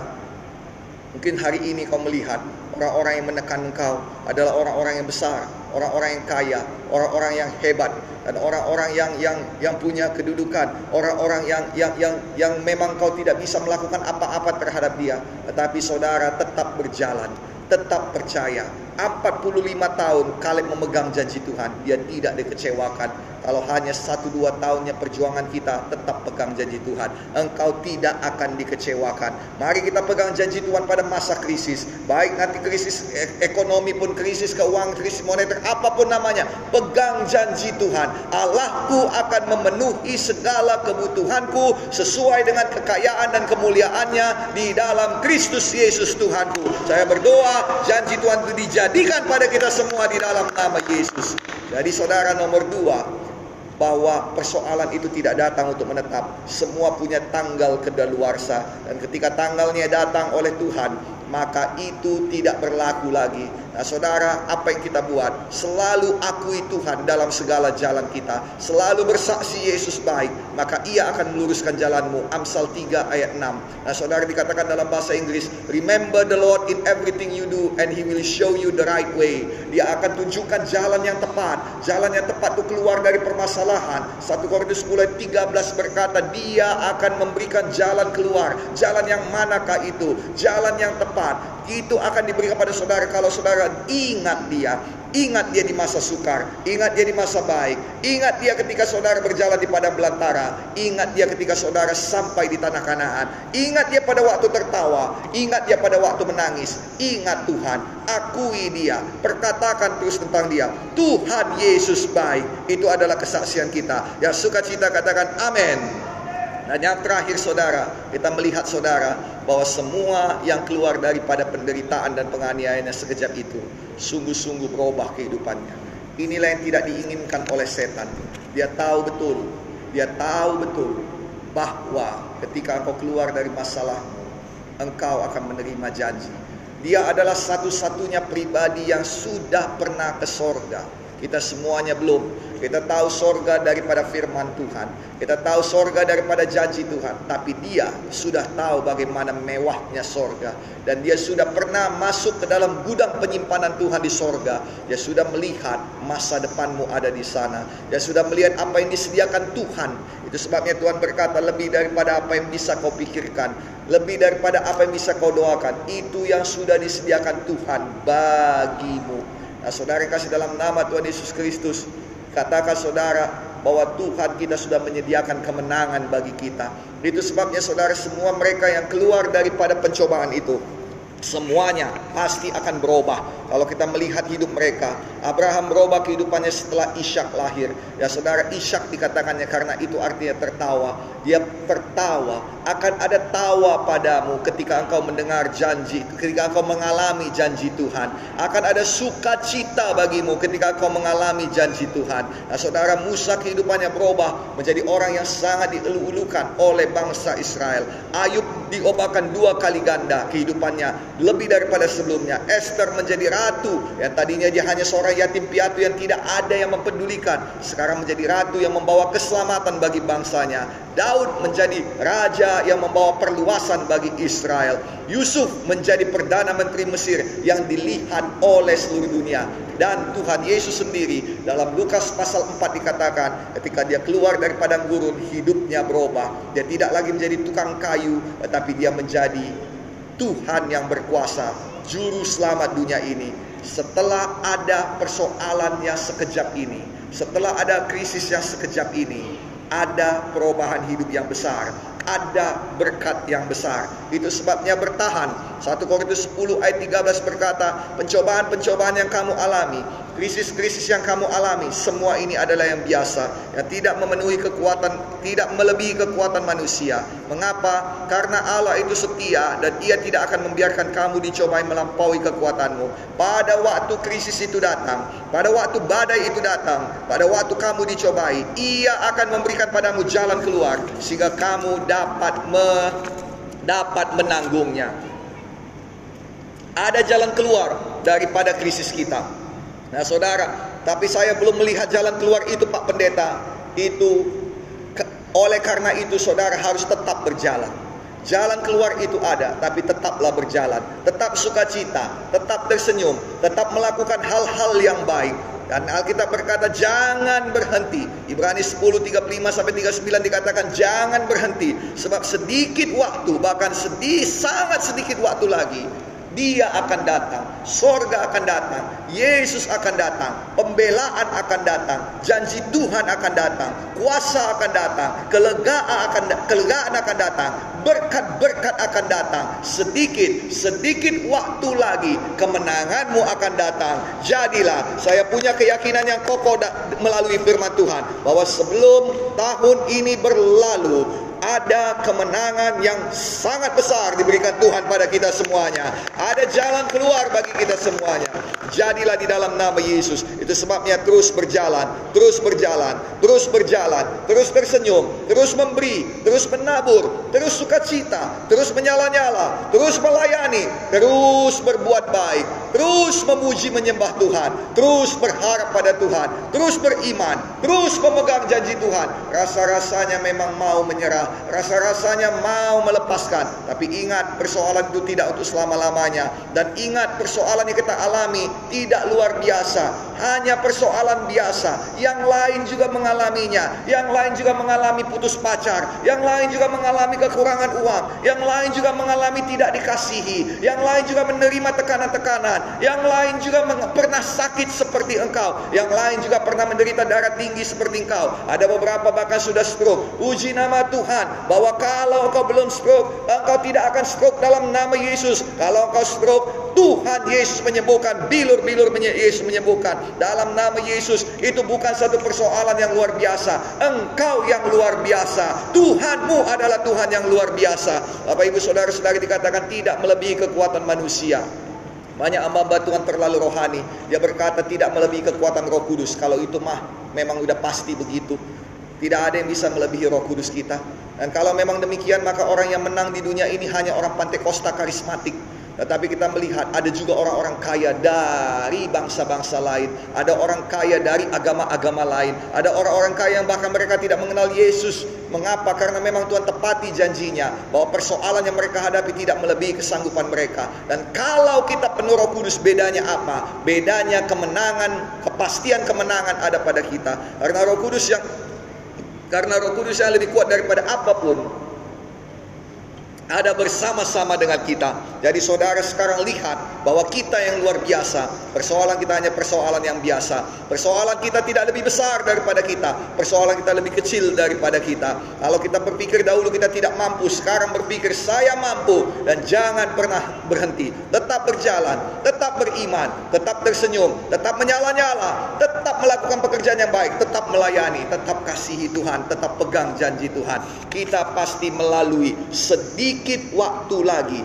Mungkin hari ini kau melihat orang-orang yang menekan engkau adalah orang-orang yang besar, orang-orang yang kaya, orang-orang yang hebat, dan orang-orang yang punya kedudukan, orang-orang yang memang kau tidak bisa melakukan apa-apa terhadap dia. Tetapi saudara tetap berjalan, tetap percaya. 45 tahun Kaleb memegang janji Tuhan, dia tidak dikecewakan. Kalau hanya 1-2 tahunnya perjuangan kita, tetap pegang janji Tuhan, engkau tidak akan dikecewakan. Mari kita pegang janji Tuhan pada masa krisis, baik nanti krisis ekonomi pun, krisis keuangan, krisis moneter, apapun namanya, pegang janji Tuhan. Allahku akan memenuhi segala kebutuhanku sesuai dengan kekayaan dan kemuliaannya di dalam Kristus Yesus Tuhanku. Saya berdoa janji Tuhan itu dijadikan pada kita semua di dalam nama Yesus. Jadi saudara, nomor 2, bahwa persoalan itu tidak datang untuk menetap. Semua punya tanggal kedaluarsa, dan ketika tanggalnya datang oleh Tuhan, maka itu tidak berlaku lagi. Nah saudara, apa yang kita buat? Selalu akui Tuhan dalam segala jalan kita, selalu bersaksi Yesus baik, maka Ia akan meluruskan jalanmu. Amsal 3 ayat 6. Nah saudara, dikatakan dalam bahasa Inggris, remember the Lord in everything you do, and He will show you the right way. Dia akan tunjukkan jalan yang tepat. Jalan yang tepat itu keluar dari permasalahan. 1 Korintus 10 ayat 13 berkata, Dia akan memberikan jalan keluar. Jalan yang manakah itu? Jalan yang tepat. Itu akan diberi kepada saudara kalau saudara ingat Dia. Ingat Dia di masa sukar, ingat Dia di masa baik, ingat Dia ketika saudara berjalan di padang belantara, ingat Dia ketika saudara sampai di tanah Kanaan, ingat Dia pada waktu tertawa, ingat Dia pada waktu menangis. Ingat Tuhan, akui Dia, perkatakan terus tentang Dia. Tuhan Yesus baik. Itu adalah kesaksian kita. Yang sukacita katakan amin. Dan yang terakhir saudara, kita melihat saudara bahwa semua yang keluar daripada penderitaan dan penganiayaan sekejap itu sungguh-sungguh berubah kehidupannya. Inilah yang tidak diinginkan oleh setan. Dia tahu betul bahwa ketika engkau keluar dari masalahmu, engkau akan menerima janji. Dia adalah satu-satunya pribadi yang sudah pernah ke sorga. Kita semuanya belum. Kita tahu sorga daripada firman Tuhan, kita tahu sorga daripada janji Tuhan, tapi Dia sudah tahu bagaimana mewahnya sorga, dan Dia sudah pernah masuk ke dalam gudang penyimpanan Tuhan di sorga. Dia sudah melihat masa depanmu ada di sana. Dia sudah melihat apa yang disediakan Tuhan. Itu sebabnya Tuhan berkata, lebih daripada apa yang bisa kau pikirkan, lebih daripada apa yang bisa kau doakan, itu yang sudah disediakan Tuhan bagimu. Nah, saudara yang kasih dalam nama Tuhan Yesus Kristus, katakan saudara bahwa Tuhan kita sudah menyediakan kemenangan bagi kita. Itu sebabnya saudara, semua mereka yang keluar daripada pencobaan itu, semuanya pasti akan berubah. Kalau kita melihat hidup mereka, Abraham berubah kehidupannya setelah Ishak lahir. Ya saudara, Ishak dikatakannya karena itu artinya tertawa. Dia tertawa, akan ada tawa padamu ketika engkau mendengar janji, ketika engkau mengalami janji Tuhan. Akan ada sukacita bagimu ketika engkau mengalami janji Tuhan. Nah saudara, Musa kehidupannya berubah menjadi orang yang sangat dielu-elukan oleh bangsa Israel. Ayub diubahkan 2 kali ganda kehidupannya, lebih daripada sebelumnya. Esther menjadi ratu, yang tadinya dia hanya seorang yatim piatu yang tidak ada yang mempedulikan, sekarang menjadi ratu yang membawa keselamatan bagi bangsanya. Daud menjadi raja yang membawa perluasan bagi Israel. Yusuf menjadi perdana menteri Mesir yang dilihat oleh seluruh dunia. Dan Tuhan Yesus sendiri dalam Lukas pasal 4 dikatakan ketika dia keluar dari padang gurun, hidupnya berubah. Dia tidak lagi menjadi tukang kayu, tetapi dia menjadi Tuhan yang berkuasa, juru selamat dunia ini. Setelah ada persoalan yang sekejap ini, setelah ada krisis yang sekejap ini, ada perubahan hidup yang besar, ada berkat yang besar. Itu sebabnya bertahan. 1 Korintus 10 ayat 13 berkata, pencobaan-pencobaan yang kamu alami, krisis-krisis yang kamu alami, semua ini adalah yang biasa, yang tidak memenuhi kekuatan, tidak melebihi kekuatan manusia. Mengapa? Karena Allah itu setia dan Ia tidak akan membiarkan kamu dicobai melampaui kekuatanmu. Pada waktu krisis itu datang, pada waktu badai itu datang, pada waktu kamu dicobai, Ia akan memberikan padamu jalan keluar sehingga kamu dapat menanggungnya. Ada jalan keluar daripada krisis kita. Nah saudara, tapi saya belum melihat jalan keluar itu Pak Pendeta. Oleh karena itu saudara harus tetap berjalan. Jalan keluar itu ada, tapi tetaplah berjalan. Tetap sukacita, tetap tersenyum, tetap melakukan hal-hal yang baik. Dan Alkitab berkata jangan berhenti. Ibrani 10:35-39 dikatakan jangan berhenti. Sebab sedikit waktu, bahkan sangat sedikit waktu lagi, Dia akan datang, sorga akan datang, Yesus akan datang, pembelaan akan datang, janji Tuhan akan datang, kuasa akan datang, kelegaan akan datang, berkat-berkat akan datang. Sedikit waktu lagi kemenanganmu akan datang. Jadilah, saya punya keyakinan yang kokoh melalui firman Tuhan bahwa sebelum tahun ini berlalu, ada kemenangan yang sangat besar diberikan Tuhan pada kita semuanya. Ada jalan keluar bagi kita semuanya. Jadilah di dalam nama Yesus. Itu sebabnya terus berjalan, terus berjalan, terus berjalan, terus tersenyum, terus memberi, terus menabur, terus sukacita, terus menyala-nyala, terus melayani, terus berbuat baik, terus memuji menyembah Tuhan, terus berharap pada Tuhan, terus beriman, terus memegang janji Tuhan. Rasa-rasanya memang mau menyerah, rasa-rasanya mau melepaskan, tapi ingat persoalan itu tidak untuk selama-lamanya. Dan ingat persoalan yang kita alami tidak luar biasa, hanya persoalan biasa. Yang lain juga mengalaminya, yang lain juga mengalami putus pacar, yang lain juga mengalami kekurangan uang, yang lain juga mengalami tidak dikasihi, yang lain juga menerima tekanan-tekanan, yang lain juga pernah sakit seperti engkau, yang lain juga pernah menderita darah tinggi seperti engkau. Ada beberapa bahkan sudah stroke. Puji nama Tuhan bahwa kalau engkau belum stroke, engkau tidak akan stroke dalam nama Yesus. Kalau engkau stroke, Tuhan Yesus menyembuhkan, bilur-bilur Yesus menyembuhkan dalam nama Yesus. Itu bukan satu persoalan yang luar biasa, engkau yang luar biasa, Tuhanmu adalah Tuhan yang luar biasa. Bapak ibu saudara-saudari, dikatakan tidak melebihi kekuatan manusia. Banyak hamba Tuhan terlalu rohani, dia berkata tidak melebihi kekuatan Roh Kudus. Kalau itu memang udah pasti begitu. Tidak ada yang bisa melebihi Roh Kudus kita. Dan kalau memang demikian, maka orang yang menang di dunia ini hanya orang Pantekosta karismatik. Tetapi kita melihat ada juga orang-orang kaya dari bangsa-bangsa lain, ada orang kaya dari agama-agama lain, ada orang-orang kaya yang bahkan mereka tidak mengenal Yesus. Mengapa? Karena memang Tuhan tepati janjinya bahwa persoalan yang mereka hadapi tidak melebihi kesanggupan mereka. Dan kalau kita penuh Roh Kudus, bedanya apa? Bedanya kemenangan, kepastian kemenangan ada pada kita. Karena Roh Kudus yang lebih kuat daripada apapun ada bersama-sama dengan kita. Jadi saudara sekarang lihat bahwa kita yang luar biasa. Persoalan kita hanya persoalan yang biasa. Persoalan kita tidak lebih besar daripada kita. Persoalan kita lebih kecil daripada kita. Kalau kita berpikir dahulu kita tidak mampu, sekarang berpikir saya mampu. Dan jangan pernah berhenti. Tetap berjalan, tetap beriman, tetap tersenyum, tetap menyala-nyala, tetap melakukan pekerjaan yang baik, tetap melayani, tetap kasihi Tuhan, tetap pegang janji Tuhan. Kita pasti melalui sedikit waktu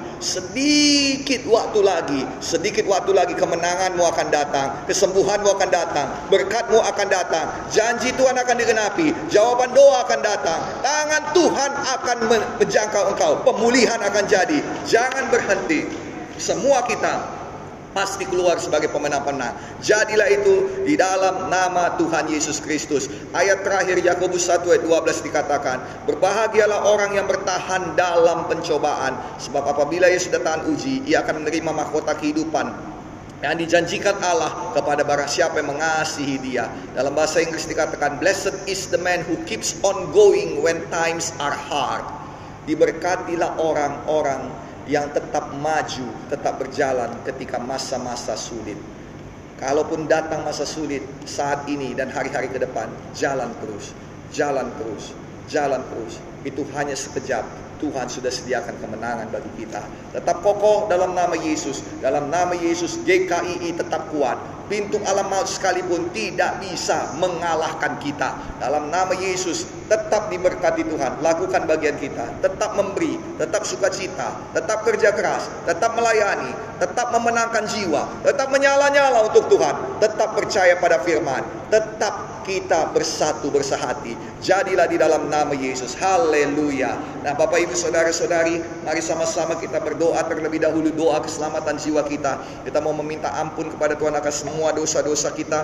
lagi kemenanganmu akan datang, kesembuhanmu akan datang, berkatmu akan datang, janji Tuhan akan digenapi, jawaban doa akan datang, tangan Tuhan akan menjangkau engkau, pemulihan akan jadi. Jangan berhenti. Semua kita pasti keluar sebagai pemenang-pemenang. Jadilah itu di dalam nama Tuhan Yesus Kristus. Ayat terakhir Yakobus 1 ayat 12 dikatakan, berbahagialah orang yang bertahan dalam pencobaan, sebab apabila ia sudah tahan uji, ia akan menerima mahkota kehidupan yang dijanjikan Allah kepada barang siapa yang mengasihi Dia. Dalam bahasa Inggris dikatakan, blessed is the man who keeps on going when times are hard. Diberkatilah orang-orang yang tetap maju, tetap berjalan ketika masa-masa sulit. Kalaupun datang masa sulit saat ini dan hari-hari ke depan, jalan terus, jalan terus, jalan terus. Itu hanya sekejap. Tuhan sudah sediakan kemenangan bagi kita. Tetap kokoh dalam nama Yesus. Dalam nama Yesus GKII tetap kuat. Pintu alam maut sekalipun tidak bisa mengalahkan kita. Dalam nama Yesus tetap diberkati Tuhan. Lakukan bagian kita. Tetap memberi, tetap sukacita, tetap kerja keras, tetap melayani, tetap memenangkan jiwa, tetap menyala-nyala untuk Tuhan. Tetap percaya pada firman. Tetap kita bersatu bersahati. Jadilah di dalam nama Yesus. Haleluya. Nah, Bapak Ibu saudara-saudari, mari sama-sama kita berdoa terlebih dahulu, doa keselamatan jiwa kita. Kita mau meminta ampun kepada Tuhan akan semua dosa-dosa kita.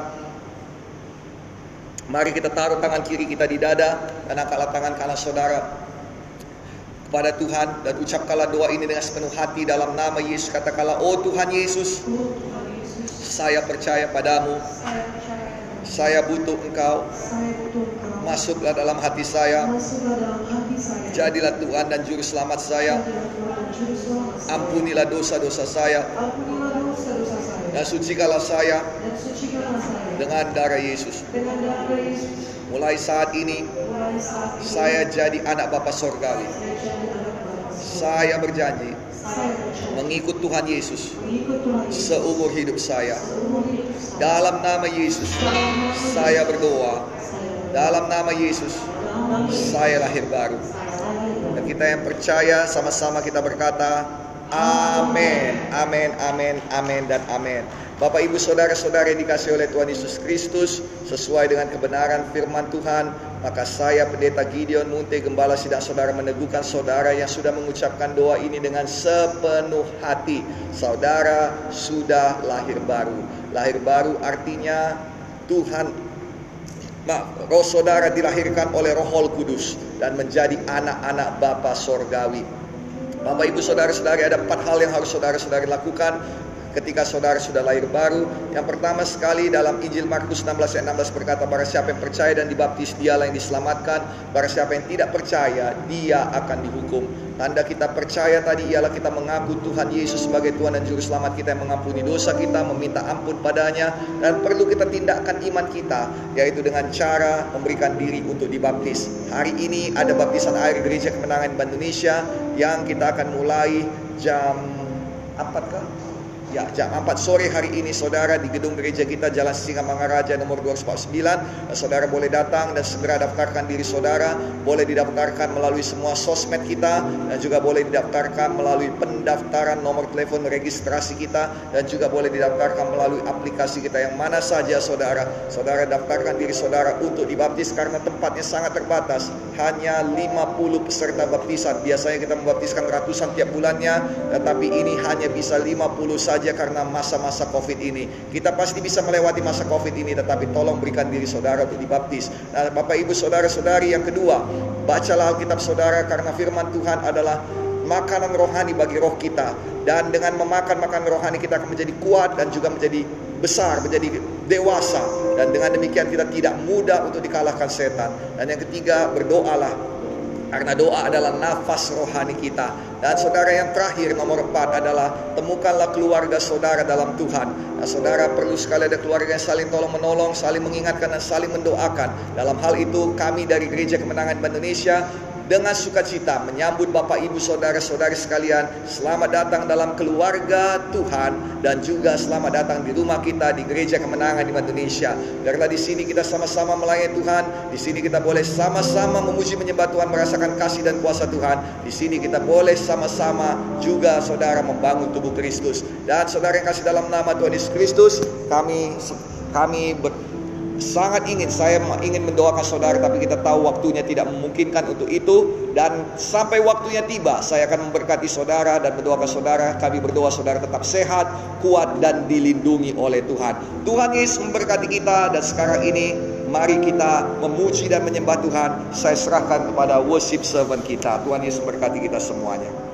Mari kita taruh tangan kiri kita di dada dan angkatlah tangan kanan saudara kepada Tuhan dan ucapkanlah doa ini dengan sepenuh hati dalam nama Yesus. Katakanlah, oh Tuhan Yesus, saya percaya padamu. Saya butuh Engkau. Masuklah dalam hati saya. Jadilah Tuhan dan Juru Selamat saya. Ampunilah dosa-dosa saya. Dan sucikanlah saya dengan darah Yesus. Mulai saat ini saya jadi anak Bapa Sorgawi. Saya berjanji mengikut Tuhan Yesus seumur hidup saya. Dalam nama Yesus saya berdoa. Dalam nama Yesus saya lahir baru. Dan kita yang percaya sama-sama kita berkata amin, amin, amin, amin, dan amin. Bapak Ibu saudara-saudara yang dikasihi oleh Tuhan Yesus Kristus, sesuai dengan kebenaran firman Tuhan, maka saya Pendeta Gideon Munte, Gembala Sidang Saudara, meneguhkan saudara yang sudah mengucapkan doa ini dengan sepenuh hati. Saudara sudah lahir baru. Lahir baru artinya roh saudara dilahirkan oleh Roh Kudus dan menjadi anak-anak Bapa Sorgawi. Bapak Ibu saudara-saudari, ada 4 hal yang harus saudara-saudari lakukan ketika saudara sudah lahir baru. Yang pertama sekali dalam Injil Markus 16 ayat 16 berkata, barang siapa yang percaya dan dibaptis, dialah yang diselamatkan. Barang siapa yang tidak percaya, dia akan dihukum. Tanda kita percaya tadi ialah kita mengaku Tuhan Yesus sebagai Tuhan dan Juru Selamat kita, yang mengampuni dosa kita, meminta ampun padanya. Dan perlu kita tindakan iman kita, yaitu dengan cara memberikan diri untuk dibaptis. Hari ini ada baptisan air Gereja Kemenangan Indonesia yang kita akan mulai jam 4 kah? Ya, jam 4 sore hari ini saudara di gedung gereja kita Jalan Singamangaraja nomor 249. Saudara boleh datang dan segera daftarkan diri saudara. Boleh didaftarkan melalui semua sosmed kita dan juga boleh didaftarkan melalui pendaftaran nomor telepon registrasi kita dan juga boleh didaftarkan melalui aplikasi kita yang mana saja saudara. Saudara daftarkan diri saudara untuk dibaptis karena tempatnya sangat terbatas. Hanya 50 peserta baptisan. Biasanya kita membaptiskan ratusan tiap bulannya, tetapi ini hanya bisa 50 saja karena masa-masa Covid ini. Kita pasti bisa melewati masa Covid ini, tetapi tolong berikan diri saudara untuk dibaptis. Nah, Bapak Ibu saudara-saudari, yang kedua, bacalah Alkitab saudara karena firman Tuhan adalah makanan rohani bagi roh kita. Dan dengan memakan makanan rohani kita akan menjadi kuat dan juga menjadi besar, menjadi dewasa. Dan dengan demikian kita tidak mudah untuk dikalahkan setan. Dan yang ketiga, berdoalah. Karena doa adalah nafas rohani kita. Dan saudara, yang terakhir nomor 4 adalah temukanlah keluarga saudara dalam Tuhan. Nah, saudara perlu sekali ada keluarga yang saling tolong menolong, saling mengingatkan dan saling mendoakan. Dalam hal itu kami dari Gereja Kemenangan Indonesia dengan sukacita menyambut Bapak Ibu saudara-saudari sekalian. Selamat datang dalam keluarga Tuhan dan juga selamat datang di rumah kita di Gereja Kemenangan di Indonesia. Biarlah di sini kita sama-sama melayani Tuhan. Di sini kita boleh sama-sama memuji menyembah Tuhan, merasakan kasih dan kuasa Tuhan. Di sini kita boleh sama-sama juga saudara membangun tubuh Kristus. Dan saudara yang kasih dalam nama Tuhan Yesus Kristus, kami saya ingin mendoakan saudara, tapi kita tahu waktunya tidak memungkinkan untuk itu. Dan sampai waktunya tiba, saya akan memberkati saudara dan mendoakan saudara. Kami berdoa saudara tetap sehat, kuat, dan dilindungi oleh Tuhan. Tuhan Yesus memberkati kita. Dan sekarang ini mari kita memuji dan menyembah Tuhan. Saya serahkan kepada worship servant kita. Tuhan Yesus memberkati kita semuanya.